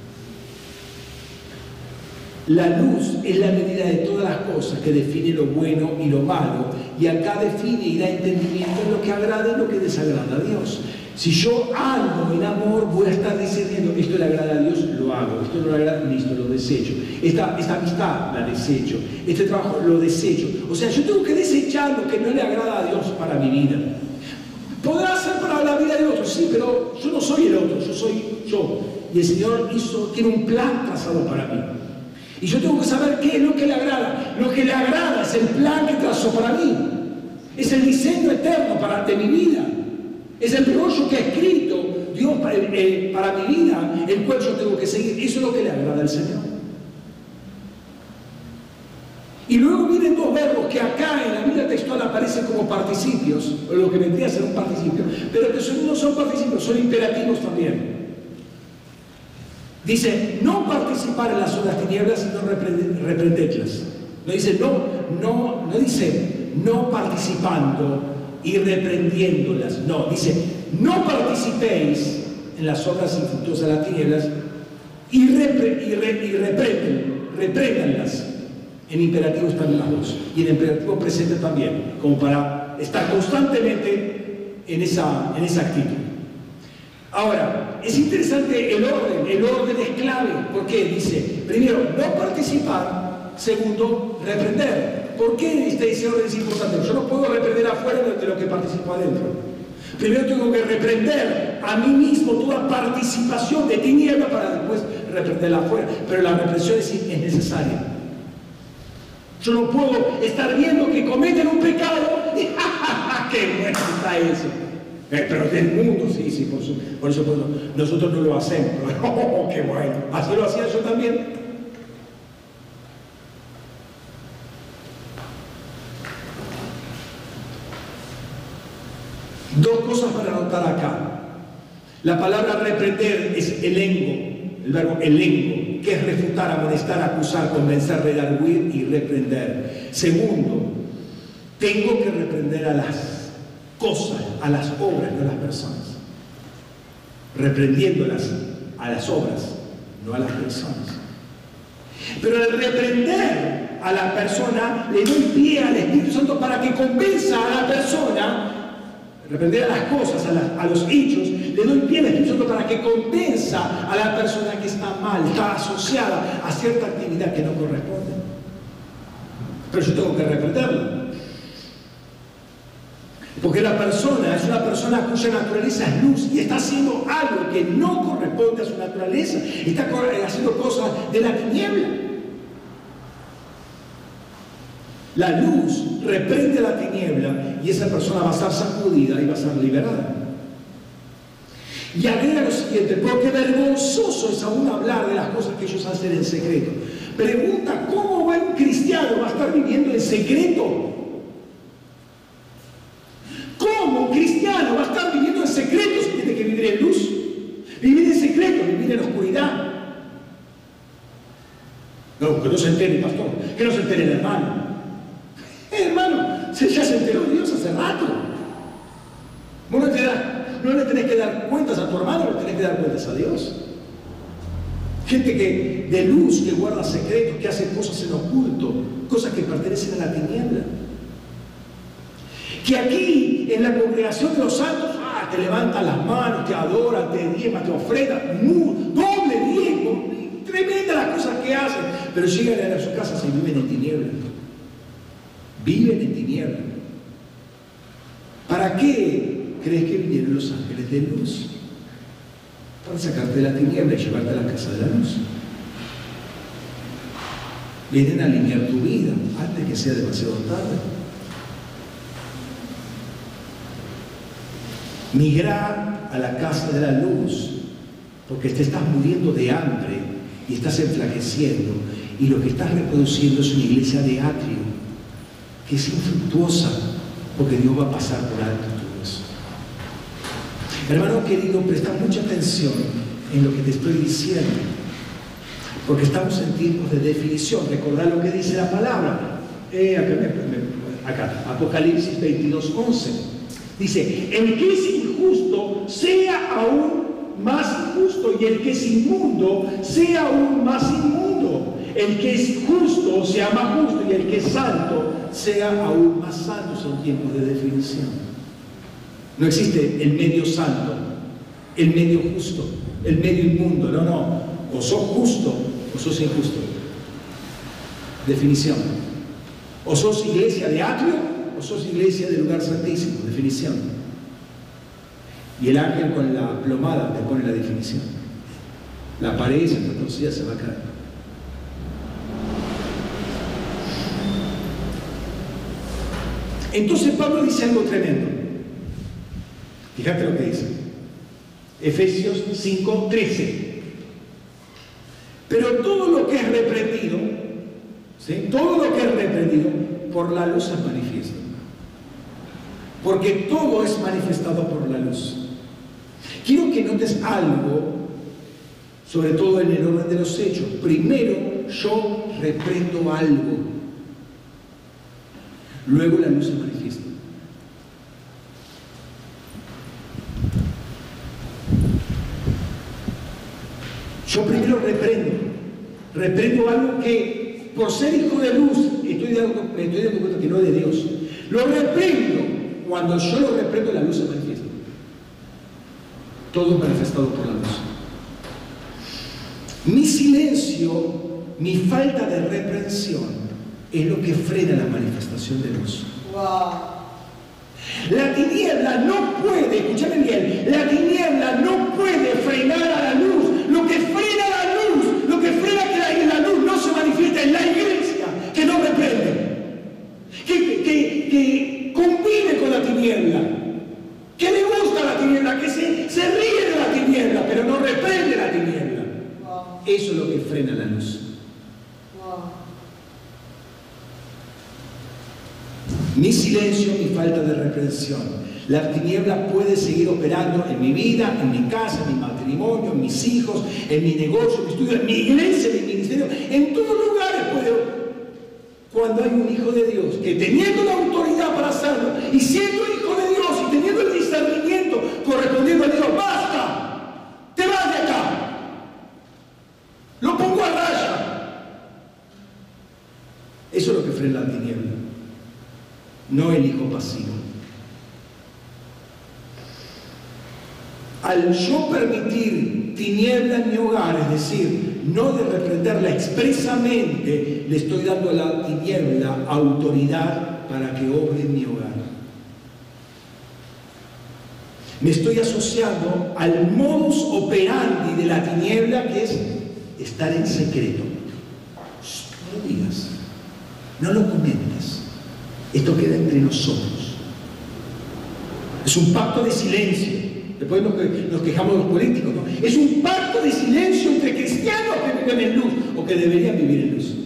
La luz es la medida de todas las cosas que define lo bueno y lo malo, y acá define y da entendimiento en lo que agrada y lo que desagrada a Dios. Si yo ando en amor, voy a estar discerniendo, esto le agrada a Dios, lo hago, esto no le agrada, listo, lo desecho. Esta, esta amistad la desecho, este trabajo lo desecho. O sea, yo tengo que desechar lo que no le agrada a Dios para mi vida. Podrá ser para la vida de otros, sí, pero yo no soy el otro, yo soy yo. Y el Señor hizo, tiene un plan trazado para mí. Y yo tengo que saber qué es lo que le agrada. Lo que le agrada es el plan que trazó para mí. Es el diseño eterno para de mi vida. Es el rollo que ha escrito Dios para, eh, para mi vida, el cual yo tengo que seguir. Eso es lo que le agrada al Señor. Y luego vienen dos verbos que acá en la Biblia textual aparecen como participios, o lo que vendría a ser un participio, pero que son, no son participios, son imperativos también. Dice, no participar en las obras tinieblas, sino reprenderlas. No dice, no, no, no dice, no participando y reprendiéndolas. No, dice, no participéis en las obras infructuosas de las tinieblas y, repre, y, re, y reprenden, repréndanlas. En imperativo están las dos, y en imperativo presente también, como para estar constantemente en esa, en esa actitud. Ahora, es interesante el orden, el orden es clave, porque dice, primero, no participar, segundo, reprender. ¿Por qué este, ese orden es importante? Yo no puedo reprender afuera de lo que participo adentro. Primero tengo que reprender a mí mismo toda participación de tiniebla para después reprenderla afuera, pero la reprensión es, es necesaria. Yo no puedo estar viendo que cometen un pecado y ¡ja, ja, ja! ¡Qué bueno está eso! Eh, pero del mundo, sí, sí, por, su, por eso pues, nosotros no lo hacemos. Pero, ¡oh, qué bueno! Así lo hacía yo también. Dos cosas para anotar acá. La palabra reprender es elengo, el verbo elengo, que es refutar, amonestar, acusar, convencer, redarguir y reprender. Segundo, tengo que reprender a las cosas, a las obras, no a las personas. Reprendiéndolas a las obras, no a las personas. Pero al reprender a la persona, le doy pie al Espíritu Santo para que convenza a la persona. Reprender a las cosas, a, la, a los hechos, le doy pie al Espíritu Santo para que convenza a la persona que está mal, está asociada a cierta actividad que no corresponde. Pero yo tengo que reprenderlo. Porque la persona es una persona cuya naturaleza es luz y está haciendo algo que no corresponde a su naturaleza. Está haciendo cosas de la tiniebla. La luz reprende la tiniebla y esa persona va a ser sacudida y va a ser liberada. Y agrega lo siguiente, porque vergonzoso es aún hablar de las cosas que ellos hacen en secreto. Pregunta, ¿cómo va un cristiano va a estar viviendo en secreto? ¿Cómo un cristiano va a estar viviendo en secreto si tiene que vivir en luz? Vivir en secreto, vivir en oscuridad. No, que no se entere el pastor, que no se entere el hermano. Eh, hermano, ya se enteró Dios hace rato. Vos no, te da, no le tenés que dar cuentas a tu hermano, le tenés que dar cuentas a Dios. Gente que de luz, que guarda secretos, que hace cosas en oculto, cosas que pertenecen a la tiniebla. Que aquí, en la congregación de los santos, ah, te levantan las manos, te adoran, te diezman, te ofrendan, doble diezmo, tremenda las cosas que hacen, pero llegan a sus casas y viven en tinieblas. Viven en tinieblas. ¿Para qué crees que vinieron los ángeles de luz? Para sacarte de la tiniebla y llevarte a la casa de la luz. Vienen a alinear tu vida antes que sea demasiado tarde. Migrar a la casa de la luz, porque te estás muriendo de hambre y estás enflaqueciendo, y lo que estás reproduciendo es una iglesia de atrio que es infructuosa, porque Dios va a pasar por alto todo eso. Hermano querido, presta mucha atención en lo que te estoy diciendo, porque estamos en tiempos de definición. Recordad lo que dice la palabra. Eh, acá, me, acá, Apocalipsis veintidós, once. Dice, el que es injusto sea aún más injusto, y el que es inmundo sea aún más inmundo. El que es justo sea más justo, y el que es santo sea aún más santo. Son tiempos de definición. No existe el medio santo, el medio justo, el medio inmundo. No, no. O sos justo o sos injusto. Definición. O sos iglesia de atrio o sos iglesia del lugar santísimo. Definición. Y el ángel con la plomada te pone la definición. La pared esa torcida se va a caer. Entonces Pablo dice algo tremendo. Fíjate lo que dice. Efesios cinco, trece. Pero todo lo que es reprendido, ¿sí? Todo lo que es reprendido por la luz es manifiesto. Porque todo es manifestado por la luz. Quiero que notes algo, sobre todo en el orden de los hechos. Primero, yo reprendo algo. Luego la luz se manifiesta. Yo primero reprendo. Reprendo algo que, por ser hijo de luz, estoy dando, me estoy dando cuenta que no es de Dios. Lo reprendo. Cuando yo lo reprendo, la luz se manifiesta. Todo manifestado por la luz. Mi silencio, mi falta de reprensión, es lo que frena la manifestación de luz. Wow. La tiniebla no puede, escúchame bien, la tiniebla no puede frenar a la luz. Lo que frena a la luz, lo que frena que la, la luz no se manifiesta en la iglesia, que no reprende, que, que, que convive con la tiniebla, que le gusta la tiniebla, que se, se ríe de la tiniebla, pero no reprende la tiniebla. Wow. Eso es lo que frena la luz. Wow. Mi silencio, mi falta de reprensión. La tiniebla puede seguir operando en mi vida, en mi casa, en mi matrimonio, en mis hijos, en mi negocio, en mi estudio, en mi iglesia, en mi ministerio. En todos lugares puede. Cuando hay un hijo de Dios que, teniendo la autoridad para hacerlo y siendo hijo de Dios y teniendo el discernimiento correspondiendo a Dios, ¡basta! ¡Te vas de acá! ¡Lo pongo a raya! Eso es lo que frena la tiniebla, no el hijo pasivo. Al yo permitir tiniebla en mi hogar, es decir, no de reprenderla expresamente, le estoy dando a la tiniebla autoridad para que obre en mi hogar. Me estoy asociando al modus operandi de la tiniebla, que es estar en secreto. No lo digas, no lo comentes. Esto queda entre nosotros. Es un pacto de silencio. Después nos, nos quejamos de los políticos, ¿no? Es un pacto de silencio entre cristianos que viven en luz o que deberían vivir en luz.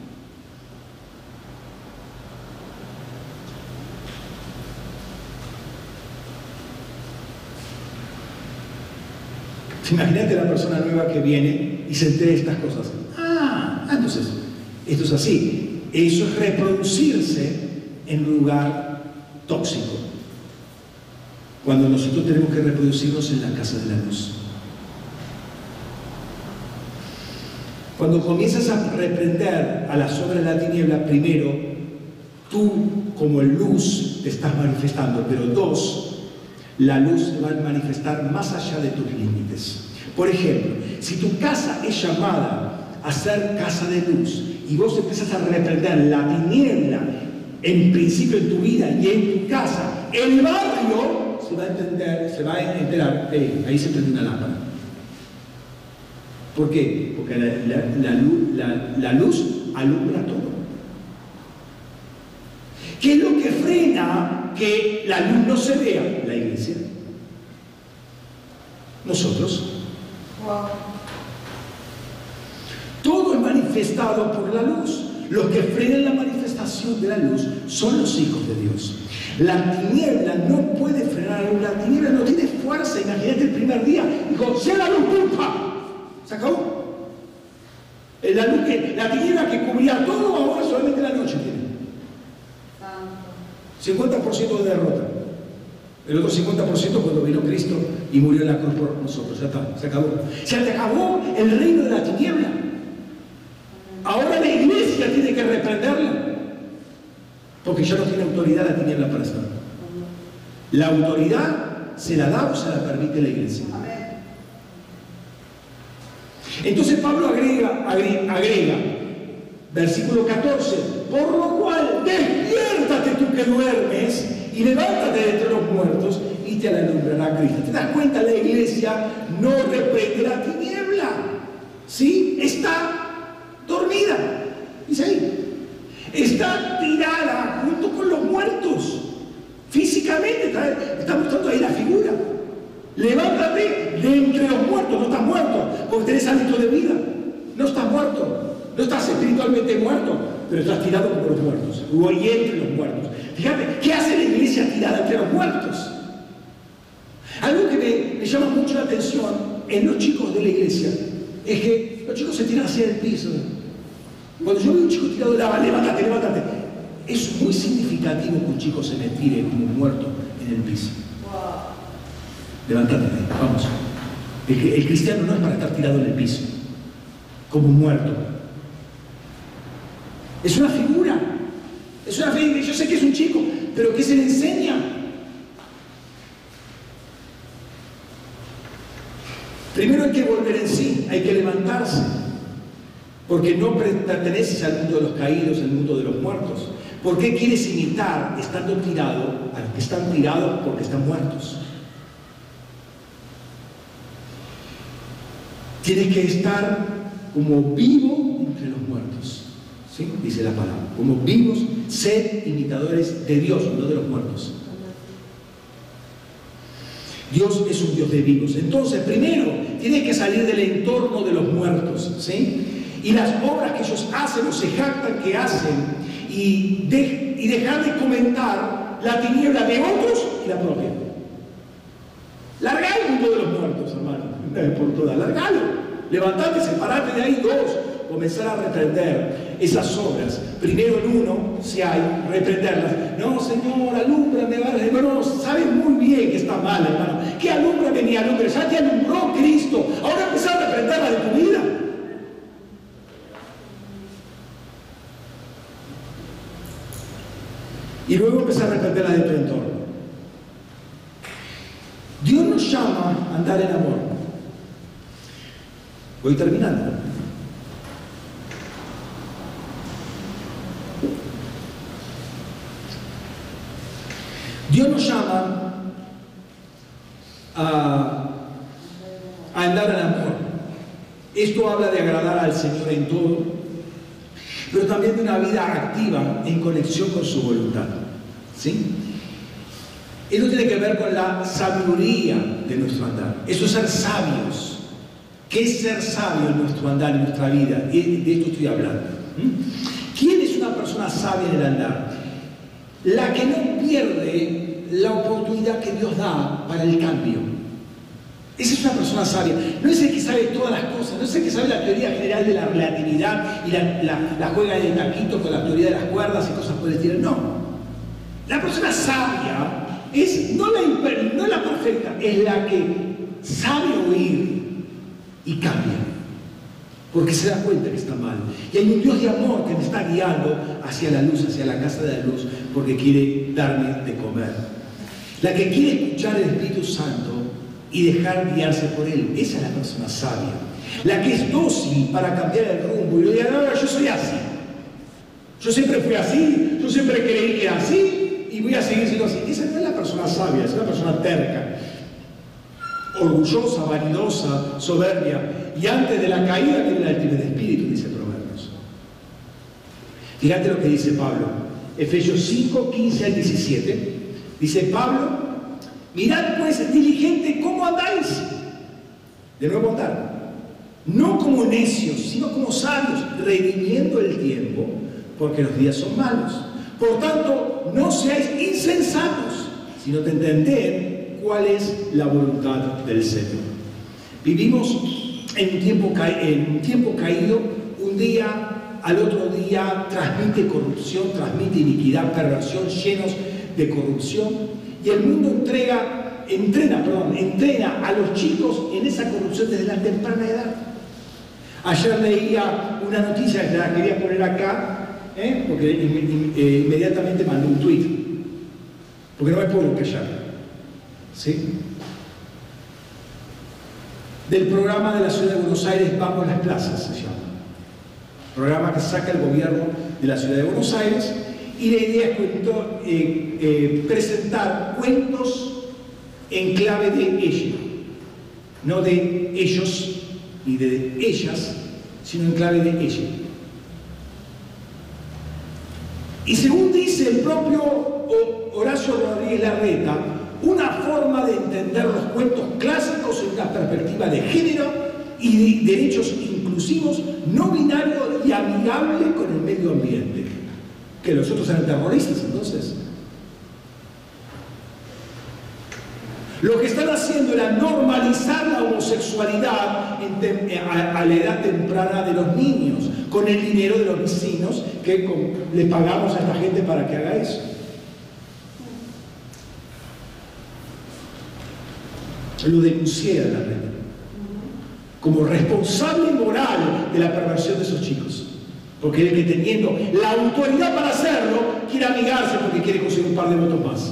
Imagínate la persona nueva que viene y se entera de estas cosas. Ah, entonces, esto es así. Eso es reproducirse en un lugar tóxico. Cuando nosotros tenemos que reproducirnos en la casa de la luz. Cuando comienzas a reprender a las obras de la tiniebla, primero, tú como luz te estás manifestando, pero dos, la luz se va a manifestar más allá de tus límites. Por ejemplo, si tu casa es llamada a ser casa de luz y vos empezás a reprender la tiniebla en principio en tu vida y en tu casa, el barrio se va a entender, se va a enterar, hey, ahí se prende una lámpara. ¿Por qué? Porque la, la, la, luz, la, la luz alumbra todo. ¿Qué es lo que frena que la luz no se vea? La iglesia. Nosotros. Wow. Todo es manifestado por la luz. Los que frenan la manifestación de la luz son los hijos de Dios. La tiniebla no puede frenar la luz. La tiniebla no tiene fuerza. Imagínate el primer día. Dijo, sea la luz, ¡pumpa! Se acabó. La, luz que, la tiniebla que cubría todo, ahora solamente la noche tiene. cincuenta por ciento de derrota. El otro cincuenta por ciento cuando vino Cristo y murió en la cruz por nosotros. Ya está, se acabó. Se acabó el reino de la tiniebla. Ahora la iglesia tiene que reprenderla. Porque ya no tiene autoridad la tiniebla para estar. La autoridad se la da o se la permite la iglesia. Entonces Pablo agrega, agrega, agrega, versículo catorce, por lo cual despiértate tú que duermes y levántate de entre los muertos y te alumbrará Cristo. ¿Te das cuenta? La iglesia no reprende la tiniebla, ¿sí? Está dormida, dice ahí, está tirada junto con los muertos. porque tenés hábito de vida. No estás muerto, no estás espiritualmente muerto, pero estás tirado como los muertos, o ahí entre los muertos. Fíjate, ¿qué hace la iglesia tirada entre los muertos? Algo que me, me llama mucho la atención en los chicos de la iglesia es que los chicos se tiran hacia el piso. Cuando yo veo un chico tirado, levántate, levántate. Es muy significativo que un chico se me tire como muerto en el piso. Levántate, vamos. El, el cristiano no es para estar tirado en el piso, como muerto. Es una figura. Es una figura. Yo sé que es un chico, pero ¿qué se le enseña? Primero hay que volver en sí, hay que levantarse, porque no perteneces al mundo de los caídos, al mundo de los muertos. ¿Por qué quieres imitar, estando tirado, a los que están tirados porque están muertos? Tienes que estar como vivo entre los muertos, ¿sí? Dice la palabra, como vivos, sed imitadores de Dios, no de los muertos. Dios es un Dios de vivos. Entonces, primero, tienes que salir del entorno de los muertos, ¿sí? Y las obras que ellos hacen o se jactan que hacen, y, de, y dejar de comentar la tiniebla de otros y la propia. Larga el mundo de los muertos, hermano, por todas, largalo. Levantate, separate de ahí, dos, comenzar a reprender esas obras. Primero en uno, si hay, reprenderlas. No, Señor, alúmbrame, hermano, sabes muy bien que está mal, hermano. Que alúmbrame ni alumbre, ya te alumbró Cristo. Ahora empezar a reprenderla de tu vida. Y luego empezar a reprenderla de tu entorno. Dios nos llama a andar en amor. Voy terminando. Dios nos llama a, a andar en amor. Esto habla de agradar al Señor en todo, pero también de una vida activa en conexión con su voluntad. ¿Sí? Eso tiene que ver con la sabiduría de nuestro andar. Eso es ser sabios. ¿Qué es ser sabio en nuestro andar, en nuestra vida? De esto estoy hablando. ¿Mm? ¿Quién es una persona sabia en el andar? La que no pierde la oportunidad que Dios da para el cambio. Esa es una persona sabia. No es el que sabe todas las cosas, no es el que sabe la teoría general de la relatividad y la, la, la juega de taquito con la teoría de las cuerdas y cosas por el estilo. No. La persona sabia es no la, no la perfecta, es la que sabe oír y cambia, porque se da cuenta que está mal. Y hay un Dios de amor que me está guiando hacia la luz, hacia la casa de la luz, porque quiere darme de comer. La que quiere escuchar el Espíritu Santo y dejar guiarse por Él, esa es la persona sabia. La que es dócil para cambiar el rumbo y le diga, no, no, yo soy así. Yo siempre fui así, yo siempre creí que era así y voy a seguir siendo así. Esa no es la persona sabia, es una persona terca, orgullosa, vanidosa, soberbia, y antes de la caída tiene la altivez de espíritu, dice Proverbios. Fíjate lo que dice Pablo, Efesios cinco, quince al diecisiete, dice Pablo, mirad pues diligente cómo andáis, de nuevo andar, no como necios, sino como sabios, redimiendo el tiempo, porque los días son malos. Por tanto, no seáis insensatos, sino de entender cuál es la voluntad del Señor. Vivimos en un tiempo, en un tiempo caído, un día al otro día transmite corrupción, transmite iniquidad, perversión, llenos de corrupción, y el mundo entrega, entrena, perdón, entrena a los chicos en esa corrupción desde la temprana edad. Ayer leía una noticia que la quería poner acá, ¿eh? porque eh, inmediatamente mandé un tuit, porque no me puedo callar. ¿Sí? Del programa de la Ciudad de Buenos Aires, Vamos las Plazas, se llama. Programa que saca el gobierno de la Ciudad de Buenos Aires, y la idea es cuento, eh, eh, presentar cuentos en clave de ella, no de ellos ni de ellas, sino en clave de ella. Y según dice el propio Horacio Rodríguez Larreta, una forma de entender los cuentos clásicos en una perspectiva de género y derechos inclusivos, no binarios y amigables con el medio ambiente. Que los otros eran terroristas, entonces. Lo que están haciendo era normalizar la homosexualidad en a, a la edad temprana de los niños, con el dinero de los vecinos que con, le pagamos a esta gente para que haga eso. Lo denuncié a la red como responsable moral de la perversión de esos chicos, porque el que teniendo la autoridad para hacerlo quiere amigarse porque quiere conseguir un par de votos más.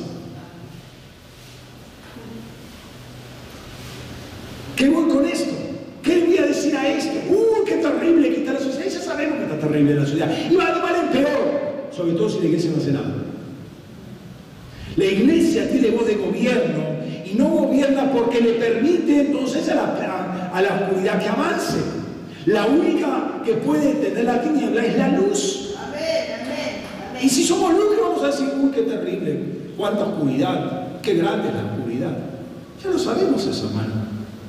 ¿Qué voy con esto? ¿Qué le voy a decir a esto? ¡Uh, qué terrible que está la sociedad! Ya sabemos que está terrible la sociedad. Y va de mal en peor, sobre todo si la iglesia no hace nada. La iglesia tiene voz de gobierno y no gobierna porque le permite entonces a la, a, a la oscuridad que avance. La única que puede tener la tiniebla es la luz. Amén, amén, amén. Y si somos luz, vamos a decir, uy, qué terrible, cuánta oscuridad, qué grande es la oscuridad. Ya lo sabemos eso, hermano.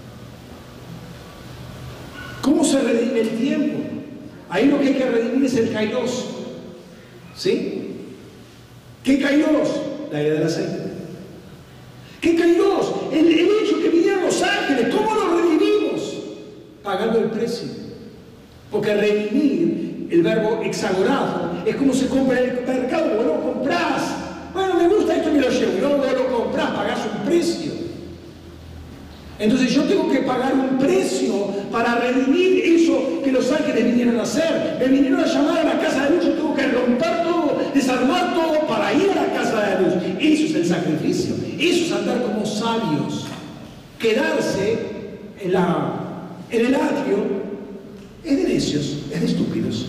¿Cómo se redime el tiempo? Ahí lo que hay que redimir es el kairos. ¿Sí? ¿Qué kairos? La idea del aceite. ¿Qué kairos? El, el hecho que vinieron los ángeles. ¿Cómo lo redimimos? Pagando el precio. Porque redimir, el verbo hexagorado, es como se compra en el mercado. Vos lo comprás. Bueno, me gusta esto y me lo llevo. Y luego vos lo comprás, pagás un precio. Entonces yo tengo que pagar un precio para redimir eso que los ángeles vinieron a hacer. Me vinieron a llamar a la casa de luz, yo tengo que romper todo, desarmar todo para ir a la casa de la luz. Eso es el sacrificio, eso es andar como sabios. Quedarse en, la, en el atrio es de necios, es de estúpidos.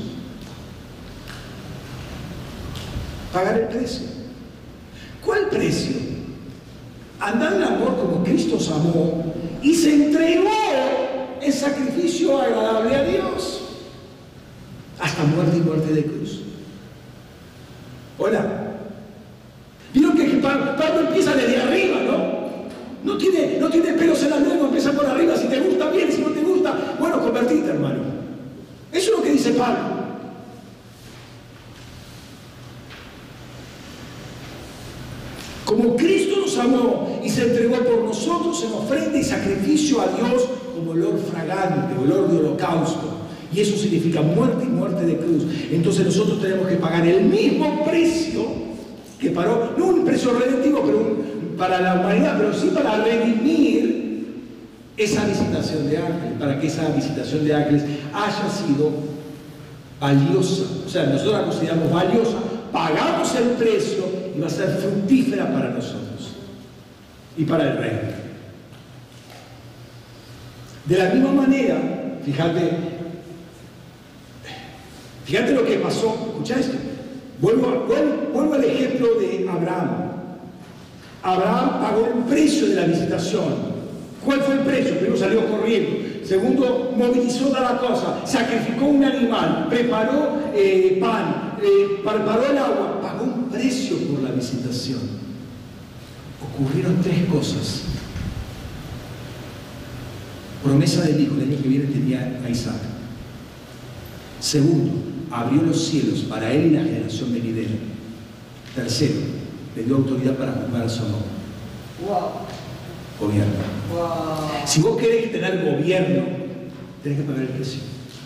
Pagar el precio. ¿Cuál precio? Andar en amor como Cristo os amó y se entregó en sacrificio agradable a Dios hasta muerte y muerte de cruz. Hola. ¿Vieron que Pablo empieza desde arriba, no? No tiene, no tiene pelos en la lengua, empieza por arriba. Si te gusta, bien, si no te gusta, bueno, convertite, hermano. Eso es lo que dice Pablo. Como Cristo nos amó y se entregó por nosotros en ofrenda y sacrificio a Dios como olor fragante, olor de holocausto. Y eso significa muerte y muerte de cruz. Entonces nosotros tenemos que pagar el mismo precio que paró, no un precio redentivo pero un, para la humanidad, pero sí para redimir esa visitación de ángeles, para que esa visitación de ángeles haya sido valiosa. O sea, nosotros la consideramos valiosa, pagamos el precio y va a ser fructífera para nosotros y para el reino. De la misma manera, fíjate, fíjate lo que pasó, escucha esto, vuelvo, vuelvo, vuelvo al ejemplo de Abraham. Abraham pagó un precio de la visitación. ¿Cuál fue el precio? Primero salió corriendo. Segundo, movilizó toda la cosa, sacrificó un animal, preparó eh, pan, eh, preparó el agua, pagó un precio por la visitación. Ocurrieron tres cosas. Promesa del hijo, el año que viene tenía a Isaac. Segundo, abrió los cielos para él y la generación venidera. Tercero, le dio autoridad para juzgar a Sodoma. Wow. Gobierno. Wow. Si vos querés tener gobierno, tenés que pagar el precio.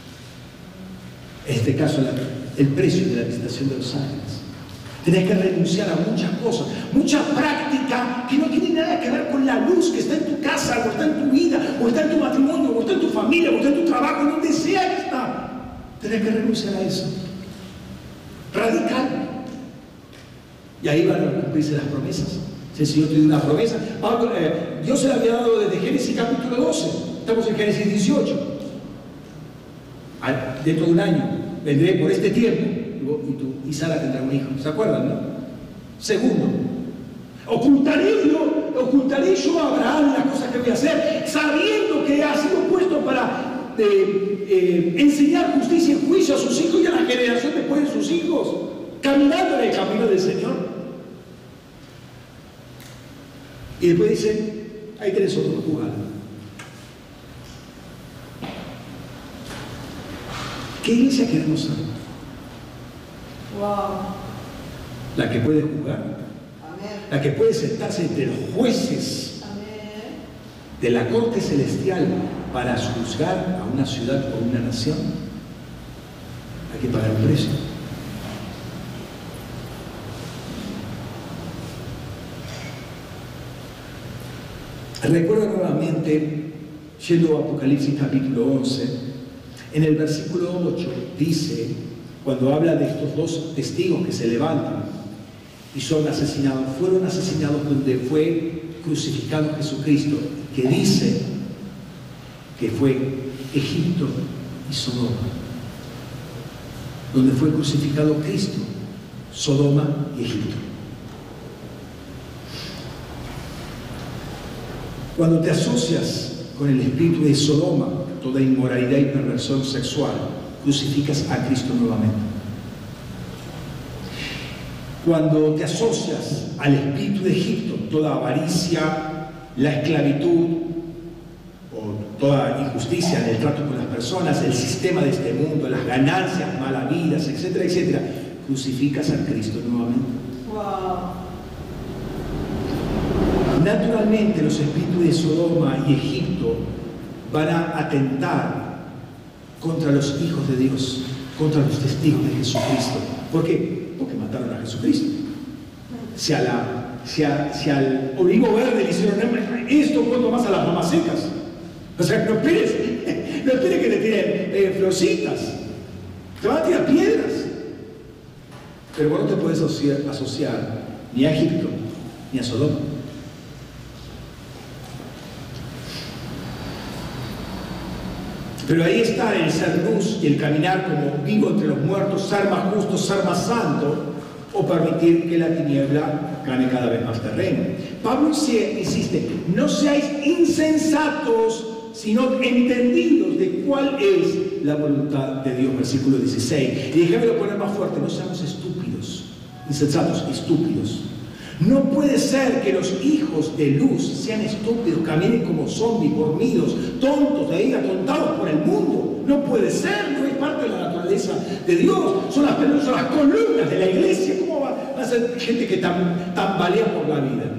En este caso, la, el precio de la visitación de los ángeles. Tenés que renunciar a muchas cosas, mucha práctica que no tiene nada que ver con la luz que está en tu casa, o está en tu vida, o está en tu matrimonio, o está en tu familia, o está en tu trabajo, donde sea que está. Tenés que renunciar a eso. Radical. Y ahí van a cumplirse las promesas. Si el Señor te dio una promesa, Pablo, eh, Dios se la había dado desde Génesis capítulo doce. Estamos en Génesis dieciocho. Al, dentro de un año vendré por este tiempo y, tú, y Sara tendrá un hijo. ¿Se acuerdan, no? Segundo, ocultaré yo, ocultaré yo a Abraham las cosas que voy a hacer, sabiendo que ha sido puesto para eh, eh, enseñar justicia y juicio a sus hijos y a la generación después de sus hijos, caminando en el camino del Señor. Y después dice, ahí tenés otro jugado. ¿Qué iglesia queremos ser? Wow. La que puede jugar, Amén. la que puede sentarse entre los jueces Amén. de la corte celestial para juzgar a una ciudad o una nación. Hay que pagar un precio. Recuerdo nuevamente, yendo a Apocalipsis capítulo once, en el versículo ocho dice, cuando habla de estos dos testigos que se levantan y son asesinados, fueron asesinados donde fue crucificado Jesucristo, que dice que fue Egipto y Sodoma, donde fue crucificado Cristo, Sodoma y Egipto. Cuando te asocias con el espíritu de Sodoma, toda inmoralidad y perversión sexual, crucificas a Cristo nuevamente. Cuando te asocias al espíritu de Egipto, toda avaricia, la esclavitud o toda injusticia en el trato con las personas, el sistema de este mundo, las ganancias malavidas, etcétera, etcétera, crucificas a Cristo nuevamente. Wow. Naturalmente los espíritus de Sodoma y Egipto van a atentar contra los hijos de Dios, contra los testigos de Jesucristo. ¿Por qué? Porque mataron a Jesucristo. Si, a la, si, a, si al olivo verde le hicieron esto, cuanto más a las ramas secas. O sea, no esperes, no esperes que le tiren eh, florcitas. Te van a tirar piedras. Pero vos no te puedes asociar, asociar ni a Egipto ni a Sodoma. Pero ahí está el ser luz y el caminar como vivo entre los muertos, ser más justo, ser más santo, o permitir que la tiniebla gane cada vez más terreno. Pablo insiste, no seáis insensatos, sino entendidos de cuál es la voluntad de Dios, versículo dieciséis. Y déjame poner más fuerte, no seamos estúpidos, insensatos, estúpidos. No puede ser que los hijos de luz sean estúpidos, caminen como zombies, dormidos, tontos, de ahí atontados por el mundo. No puede ser, no es parte de la naturaleza de Dios. Son las, son las columnas de la iglesia. ¿Cómo va a ser gente que tam, tambalea por la vida?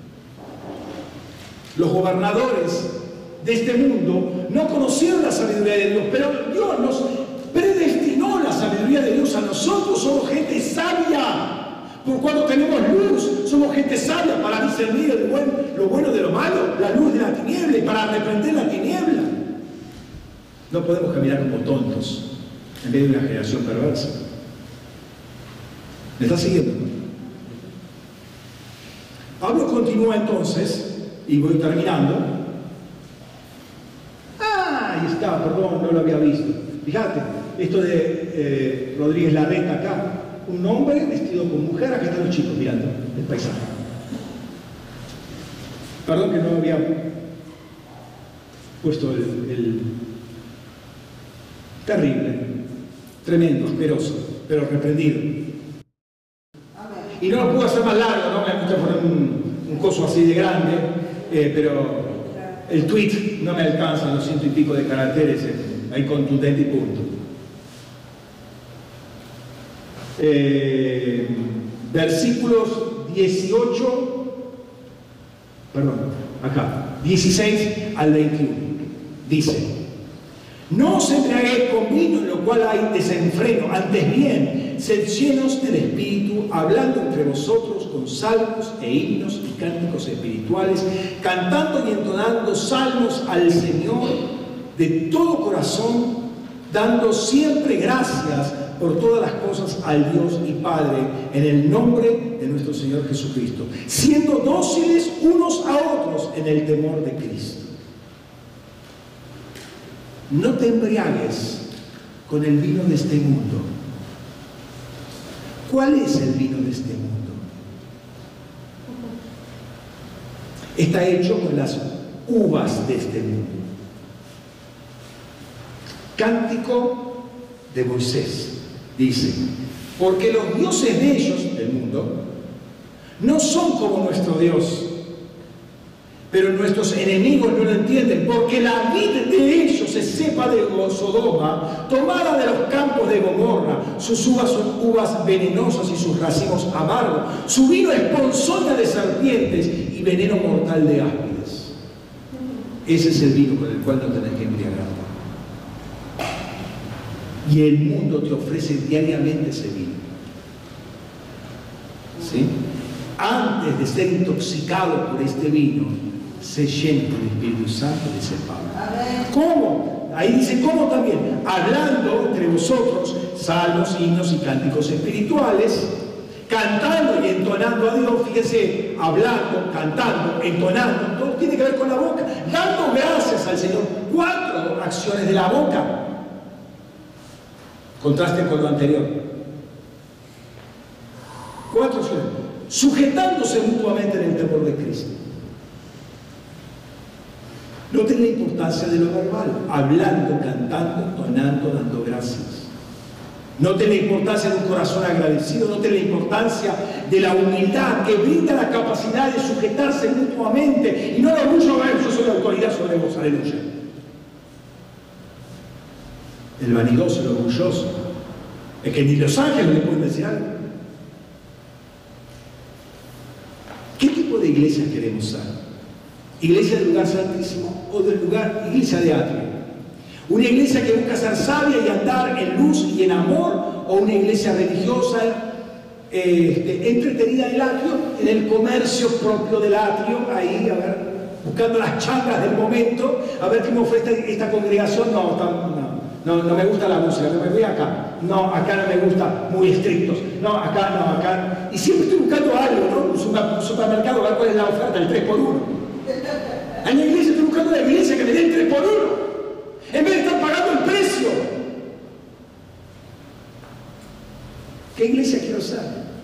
Los gobernadores de este mundo no conocieron la sabiduría de Dios, pero Dios nos predestinó la sabiduría de Dios a nosotros. Somos gente sabia. Por cuando tenemos luz, somos gente sabia para discernir el buen, lo bueno de lo malo, la luz de la tiniebla, y para reprender la tiniebla. No podemos caminar como tontos en medio de una generación perversa. ¿Me está siguiendo? Pablo continúa entonces, y voy terminando. Ah, ahí está, perdón, no lo había visto. Fíjate, esto de eh, Rodríguez Larreta acá. Un hombre vestido con mujer, acá están los chicos mirando el paisaje. Perdón que no había puesto el, el... terrible, tremendo, asqueroso, pero reprendido. Y no lo puedo hacer más largo, no me gusta poner un, un coso así de grande, eh, pero el tweet no me alcanza los ciento y pico de caracteres, eh, ahí contundente y punto. Eh, versículos dieciocho, perdón, acá, dieciséis al veintiuno, dice: no os embriaguéis con vino, en lo cual hay desenfreno, antes bien, sed llenos del Espíritu, hablando entre vosotros con salmos e himnos y cánticos espirituales, cantando y entonando salmos al Señor de todo corazón, dando siempre gracias por todas las cosas al Dios y Padre, en el nombre de nuestro Señor Jesucristo, siendo dóciles unos a otros en el temor de Cristo. No te embriagues con el vino de este mundo. ¿Cuál es el vino de este mundo? Está hecho con las uvas de este mundo. Cántico de Moisés dice: porque los dioses de ellos, del mundo, no son como nuestro Dios, Pero nuestros enemigos no lo entienden, porque la vid de ellos es cepa de Sodoma, tomada de los campos de Gomorra. Sus uvas son uvas venenosas y sus racimos amargos. Su vino es ponzoña de serpientes y veneno mortal de áspides. Ese es el vino con el cual no tenés que embriagarte. Y el mundo te ofrece diariamente ese vino. ¿Sí? Antes de ser intoxicado por este vino, se llena del Espíritu Santo, dice Pablo. ¿Cómo? Ahí dice, ¿cómo también? Hablando entre vosotros salmos, himnos y cánticos espirituales, cantando y entonando a Dios. Fíjese, hablando, cantando, entonando, todo tiene que ver con la boca, dando gracias al Señor. Cuatro acciones de la boca. Contraste con lo anterior. Cuatro acciones. Sujetándose mutuamente en el temor de Cristo. Noten la importancia de lo verbal, hablando, cantando, entonando, dando gracias. Noten la importancia de un corazón agradecido, noten la importancia de la humildad que brinda la capacidad de sujetarse mutuamente y no el orgullo, yo soy la autoridad sobre vos, aleluya. El vanidoso, el orgulloso, es que ni los ángeles le pueden decir algo. ¿Qué tipo de iglesia queremos ser? ¿Iglesia del lugar santísimo o del lugar, iglesia de atrio? ¿Una iglesia que busca ser sabia y andar en luz y en amor? ¿O una iglesia religiosa, eh, este, entretenida en el atrio, en el comercio propio del atrio, ahí, a ver, buscando las changas del momento, a ver cómo fue esta, esta congregación? No, no, no, no me gusta la música, no me voy acá. No, acá no me gusta, muy estrictos. No, acá no, acá. Y siempre estoy buscando algo, ¿no? Un supermercado, a ver cuál es la oferta, el tres por uno. En la iglesia estoy buscando una iglesia que me dé el tres por uno, en vez de estar pagando el precio. ¿Qué iglesia quiero ser?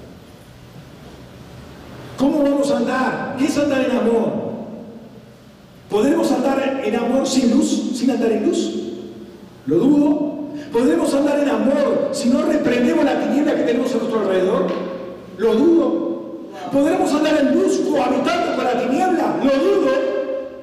¿Cómo vamos a andar? ¿Qué es andar en amor? ¿Podremos andar en amor sin luz, sin andar en luz? Lo dudo. ¿Podremos andar en amor si no reprendemos la tiniebla que tenemos a nuestro alrededor? Lo dudo. ¿Podremos andar en luz cohabitando con la tiniebla? Lo dudo.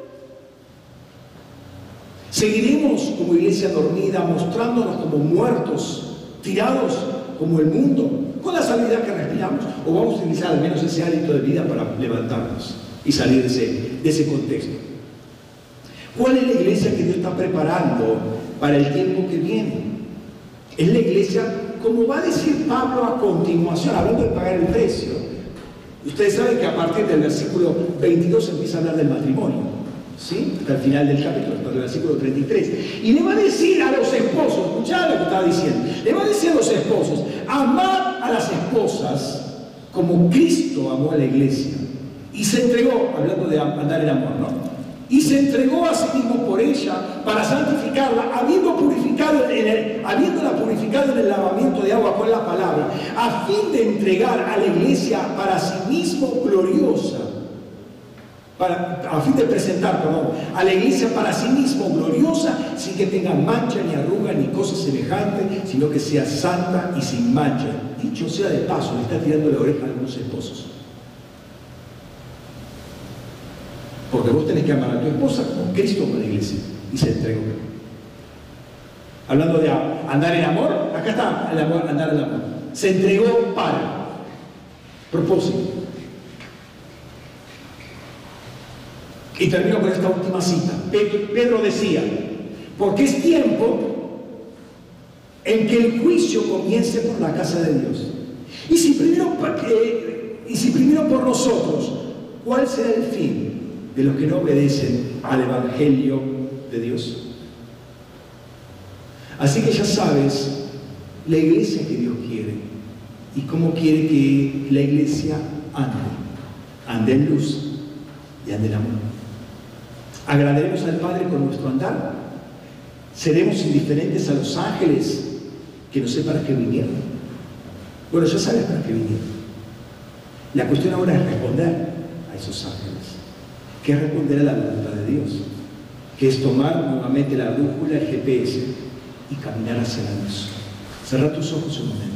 Seguiremos como iglesia dormida, mostrándonos como muertos, tirados como el mundo, con la salida que respiramos, o vamos a utilizar al menos ese hálito de vida para levantarnos y salir de ese, de ese contexto. ¿Cuál es la iglesia que Dios está preparando para el tiempo que viene? Es la iglesia, como va a decir Pablo a continuación, hablando de pagar el precio. Ustedes saben que a partir del versículo veintidós empieza a hablar del matrimonio, ¿sí? Hasta el final del capítulo, hasta el versículo treinta y tres. Y le va a decir a los esposos, escuchad lo que estaba diciendo, le va a decir a los esposos, amad a las esposas como Cristo amó a la iglesia. Y se entregó, hablando de andar en amor, ¿no? Y se entregó a sí mismo por ella para santificarla, habiendo purificado en el, habiéndola purificado en el lavamiento de agua con la palabra, a fin de entregar a la iglesia para sí mismo gloriosa, para, a fin de presentar, perdón, a la iglesia para sí mismo gloriosa, sin que tenga mancha ni arruga ni cosa semejante, sino que sea santa y sin mancha. Dicho sea de paso, le está tirando la oreja a algunos esposos. Porque vos tenés que amar a tu esposa como Cristo con la iglesia. Y se entregó. Hablando de andar en amor, acá está el amor, andar en amor. Se entregó para propósito. Y termino con esta última cita. Pedro decía, porque es tiempo en que el juicio comience por la casa de Dios. Y si primero, eh, y si primero por nosotros, ¿cuál será el fin de los que no obedecen al Evangelio de Dios? Así que ya sabes la iglesia que Dios quiere y cómo quiere que la iglesia ande. Ande en luz y ande en amor. Agradaremos al Padre con nuestro andar. Seremos indiferentes a los ángeles que no sé para qué vinieron. Bueno, ya sabes para qué vinieron. La cuestión ahora es responder a esos ángeles, que es responder a la voluntad de Dios, que es tomar nuevamente la brújula, el G P S y caminar hacia la luz. Cerra tus ojos un momento.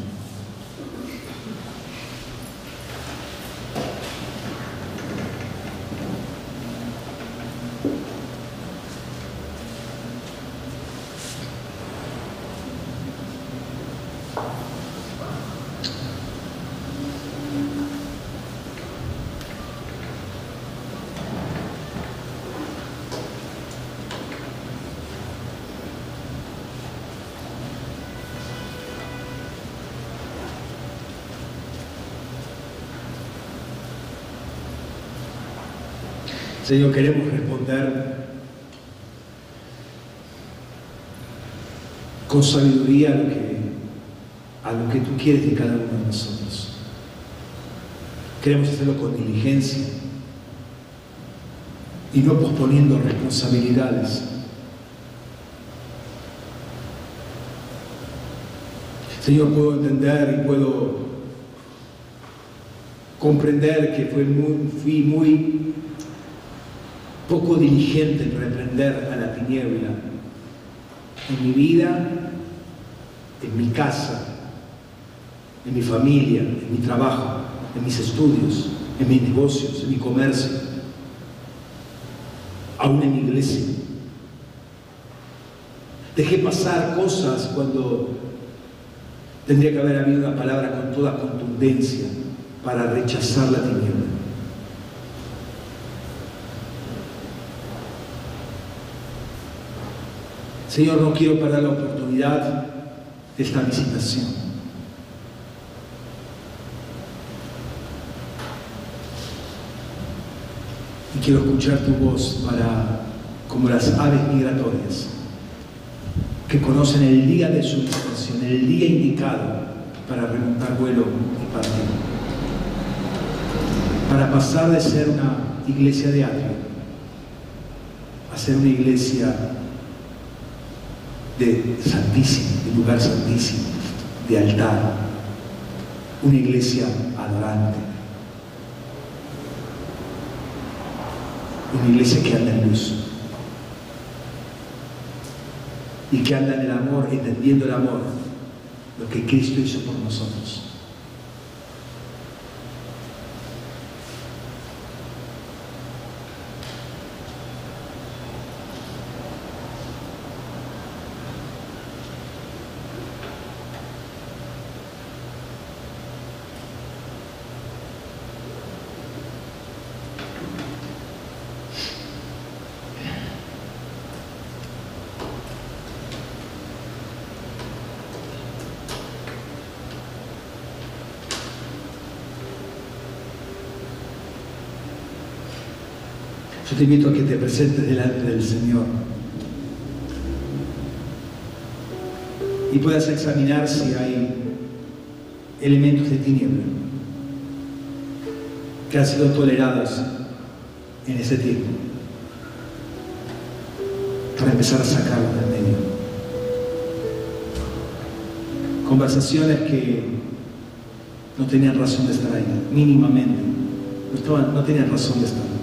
Señor, queremos responder con sabiduría a lo que, a lo que tú quieres de cada uno de nosotros. Queremos hacerlo con diligencia y no posponiendo responsabilidades. Señor, puedo entender y puedo comprender que fue muy, fui muy poco diligente en reprender a la tiniebla en mi vida, en mi casa, en mi familia, en mi trabajo, en mis estudios, en mis negocios, en mi comercio, aún en mi iglesia. Dejé pasar cosas cuando tendría que haber habido una palabra con toda contundencia para rechazar la tiniebla. Señor, no quiero perder la oportunidad de esta visitación. Y quiero escuchar tu voz para, como las aves migratorias, que conocen el día de su visitación, el día indicado para remontar vuelo y partir. Para pasar de ser una iglesia de atrio a ser una iglesia de santísimo, de lugar santísimo, de altar, una iglesia adorante, una iglesia que anda en luz y que anda en el amor, entendiendo el amor, lo que Cristo hizo por nosotros. Yo te invito a que te presentes delante del Señor y puedas examinar si hay elementos de tiniebla que han sido tolerados en ese tiempo, para empezar a sacarlos del medio. Conversaciones que no tenían razón de estar ahí, mínimamente, no, estaban, no tenían razón de estar.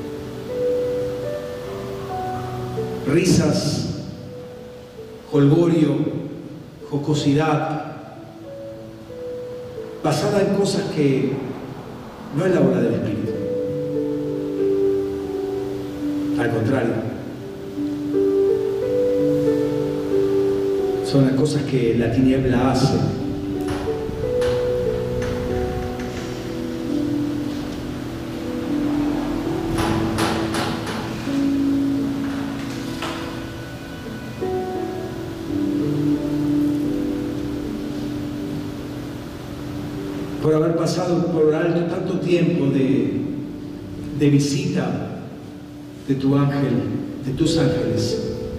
Risas, jolgorio, jocosidad, basada en cosas que no es la obra del Espíritu. Al contrario, son las cosas que la tiniebla hace. Por haber pasado por alto tanto tiempo de, de visita de tu ángel, de tus ángeles,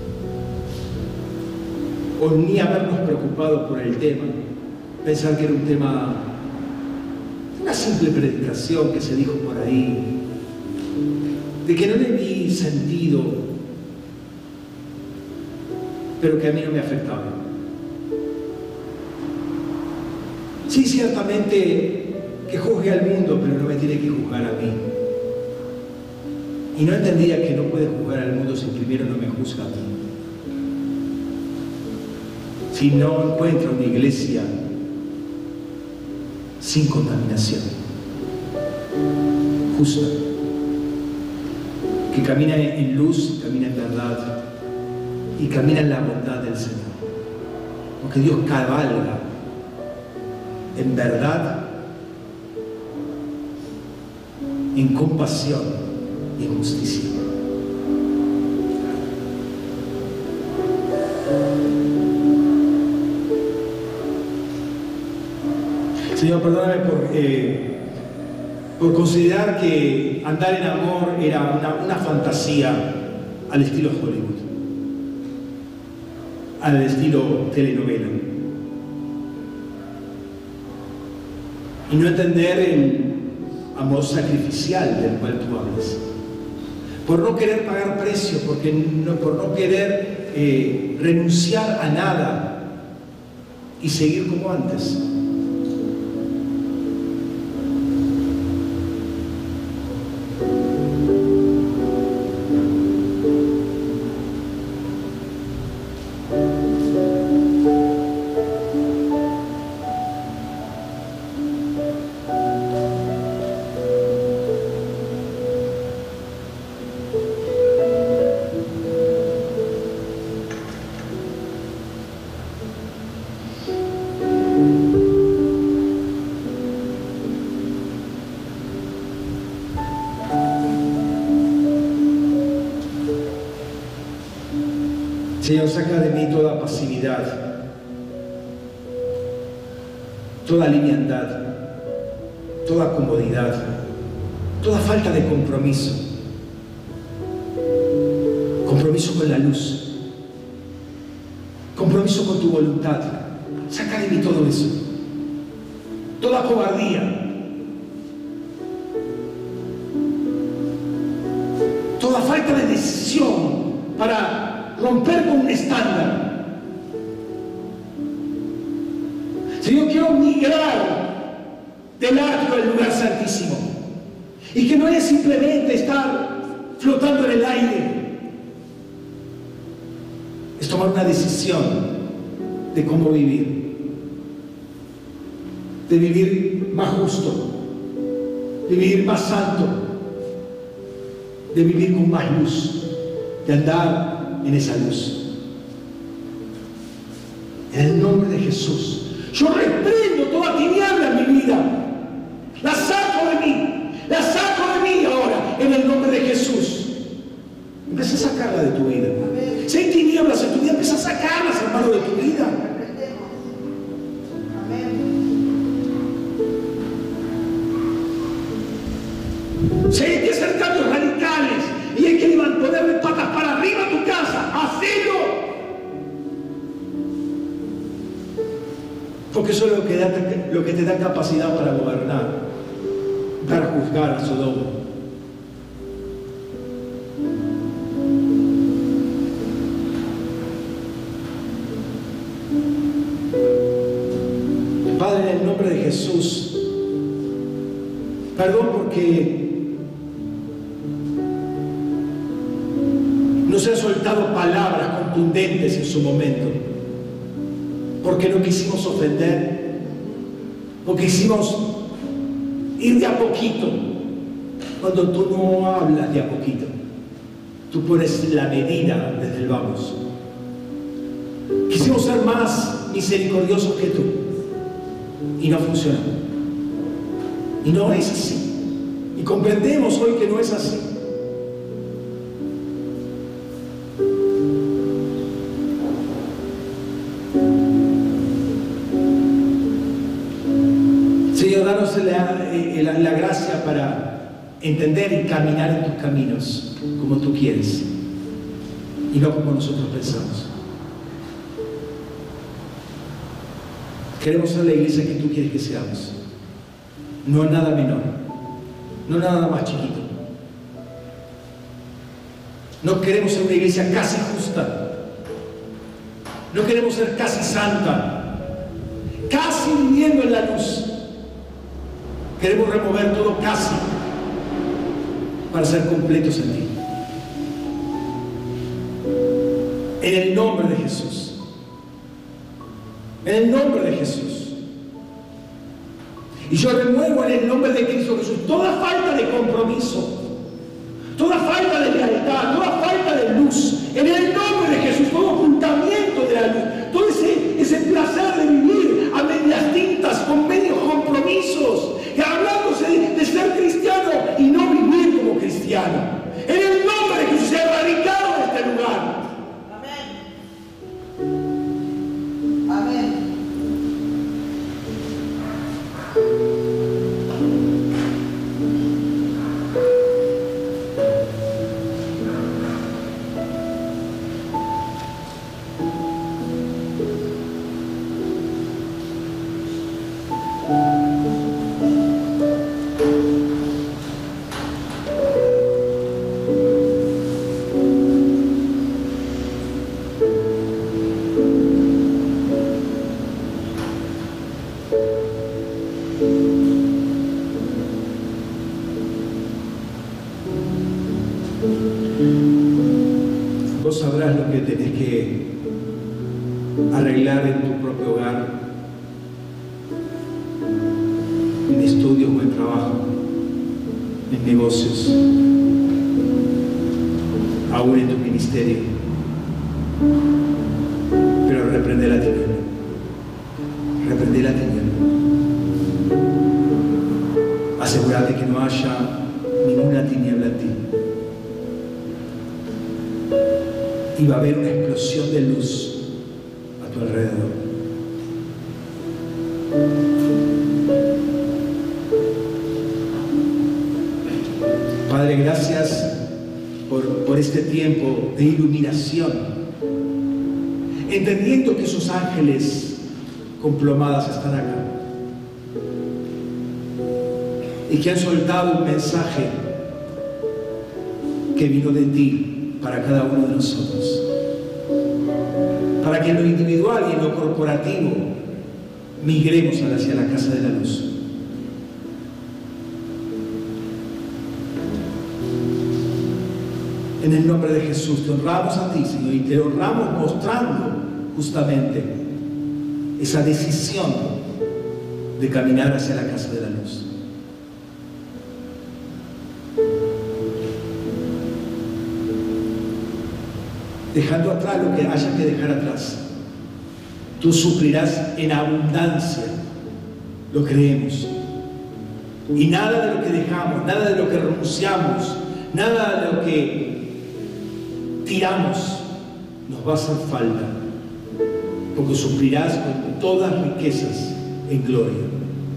o ni habernos preocupado por el tema, pensar que era un tema, una simple predicación que se dijo por ahí, de que no le vi sentido, pero que a mí no me afectaba. Sí, ciertamente que juzgue al mundo, pero no me tiene que juzgar a mí. Y no entendía que no puede juzgar al mundo si primero no me juzga a mí. Si no encuentra una iglesia sin contaminación, justa, que camina en luz, camina en verdad y camina en la bondad del Señor. Porque Dios cabalga en verdad, en compasión y en justicia. Señor, perdóname por, eh, por considerar que andar en amor era una, una fantasía al estilo Hollywood, al estilo telenovela, y no entender el amor sacrificial del cual tú hablas, por no querer pagar precio, porque no, por no querer eh, renunciar a nada y seguir como antes. Señor, saca de mí toda pasividad, toda liviandad, toda comodidad, toda falta de compromiso, compromiso con la luz, compromiso con tu voluntad. Saca de mí todo eso, toda cobardía, toda falta de decisión para romper con un estándar. Señor, quiero migrar del atrio al lugar santísimo, y que no es simplemente estar flotando en el aire, es tomar una decisión de cómo vivir, de vivir más justo, de vivir más santo, de vivir con más luz, de andar en esa luz. En el nombre de Jesús, yo reprendo toda tiniebla en mi vida, la saco de mí, la saco de mí ahora, en el nombre de Jesús. Empieza a sacarla de tu vida. Si hay tinieblas en tu vida, empieza a sacarlas, hermano, de tu vida. Si hay que hacer cambios radicales y hay que ponerle patas para arriba a tu casa, hacelo. Porque eso es lo que, da, lo que te da capacidad para gobernar, para juzgar a Sodoma. Padre, en el nombre de Jesús, perdón porque no se han soltado palabras contundentes en su momento, porque no quisimos ofender, porque quisimos ir de a poquito, cuando tú no hablas de a poquito, tú pones la medida desde el vamos. Quisimos ser más misericordiosos que tú, y no funcionó, y no es así, y comprendemos hoy que no es así. Señor, danos la, la, la gracia para entender y caminar en tus caminos como tú quieres y no como nosotros pensamos. Queremos ser la iglesia que tú quieres que seamos, no nada menor, no nada más chiquito. No queremos ser una iglesia casi justa, no queremos ser casi santa, casi viviendo en la luz. Queremos remover todo casi para ser completos en ti. En el nombre de Jesús. En el nombre de Jesús. Y yo remuevo en el nombre de Cristo Jesús toda falta de compromiso, toda falta de lealtad, toda falta de luz. En el nombre de Jesús, todo ocultamiento de la luz, todo ese, ese placer de vivir a medias tintas, con medio tenés que arreglar en tu propio hogar, en estudios o en trabajo, en negocios, aún en tu ministerio. Pero reprende la tiniebla, reprende la tiniebla. Asegúrate que no haya ninguna tiniebla en ti. Y va a haber una explosión de luz a tu alrededor. Padre, gracias por, por este tiempo de iluminación, entendiendo que esos ángeles con plomadas están acá y que han soltado un mensaje que vino de ti para cada uno de nosotros, para que en lo individual y en lo corporativo migremos hacia la casa de la luz. En el nombre de Jesús te honramos a ti, Señor, y te honramos mostrando justamente esa decisión de caminar hacia la casa de la luz. Dejando atrás lo que haya que dejar atrás. Tú suplirás en abundancia, lo creemos. Y nada de lo que dejamos, nada de lo que renunciamos, nada de lo que tiramos nos va a hacer falta, porque suplirás con todas riquezas en gloria.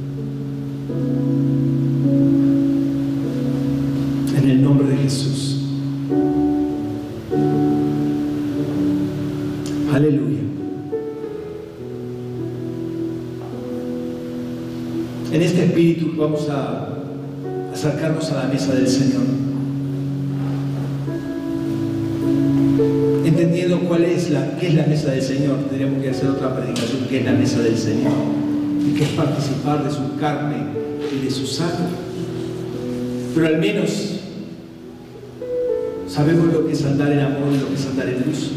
En el nombre de Jesús. Aleluya. En este espíritu vamos a acercarnos a la mesa del Señor, entendiendo cuál es la, qué es la mesa del Señor. Tendríamos que hacer otra predicación, qué es la mesa del Señor, y qué es participar de su carne y de su sangre. Pero al menos sabemos lo que es andar en amor y lo que es andar en luz.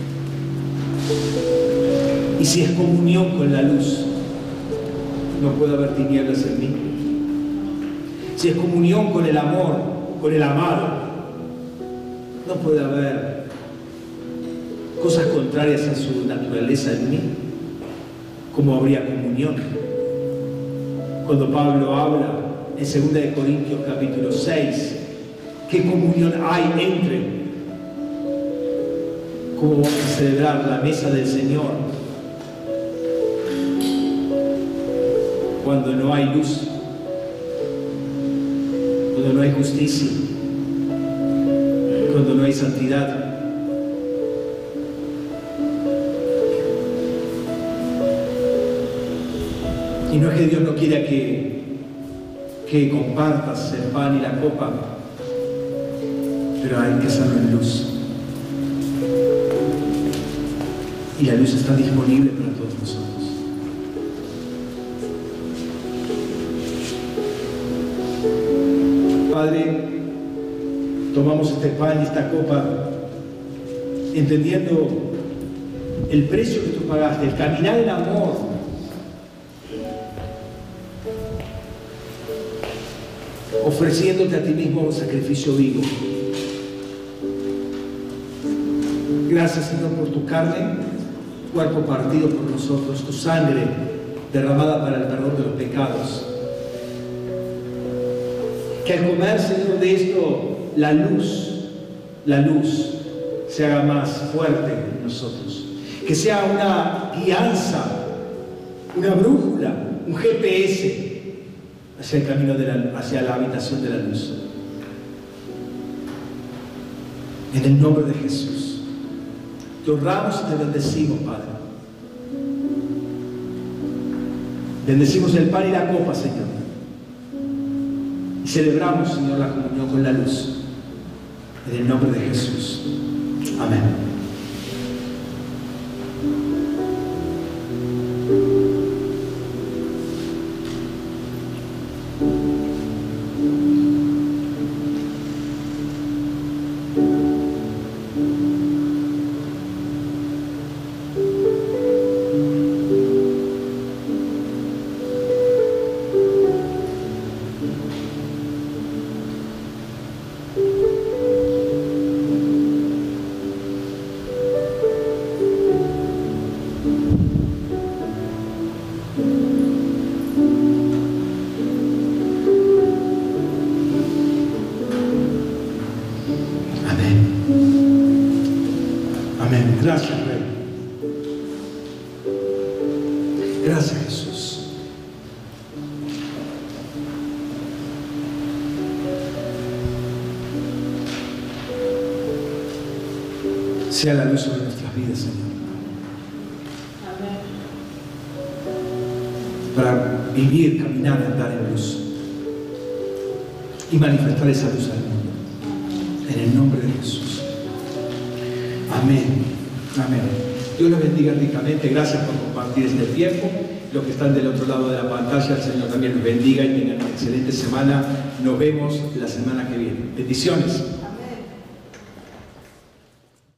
Y si es comunión con la luz, no puede haber tinieblas en mí. Si es comunión con el amor, con el amado, no puede haber cosas contrarias a su naturaleza en mí. ¿Cómo habría comunión? Cuando Pablo habla en segunda de Corintios capítulo seis, ¿qué comunión hay entre? ¿Cómo vamos a celebrar la mesa del Señor cuando no hay luz, cuando no hay justicia, cuando no hay santidad? Y no es que Dios no quiera que, que compartas el pan y la copa, pero hay que hacerlo en luz. Y la luz está disponible para todos nosotros. Padre, tomamos este pan y esta copa, entendiendo el precio que tú pagaste, el caminar en amor, ofreciéndote a ti mismo un sacrificio vivo. Gracias, Señor, por tu carne, cuerpo partido por nosotros, tu sangre derramada para el perdón de los pecados. Que al comer, Señor, de esto, la luz, la luz se haga más fuerte en nosotros. Que sea una guianza, una brújula, un G P S hacia el camino de la, hacia la habitación de la luz. En el nombre de Jesús. Te honramos y te bendecimos, Padre. Bendecimos el pan y la copa, Señor. Y celebramos, Señor, la comunión con la luz. En el nombre de Jesús. Amén. Gracias, Jesús. Sea la luz sobre nuestras vidas, Señor. Para vivir, caminar, andar en luz y manifestar esa luz al mundo. En el nombre de Jesús. Amén. Amén. Dios los bendiga ricamente. Gracias por compartir este tiempo. Los que están del otro lado de la pantalla, el Señor también los bendiga y tengan una excelente semana. Nos vemos la semana que viene. Bendiciones.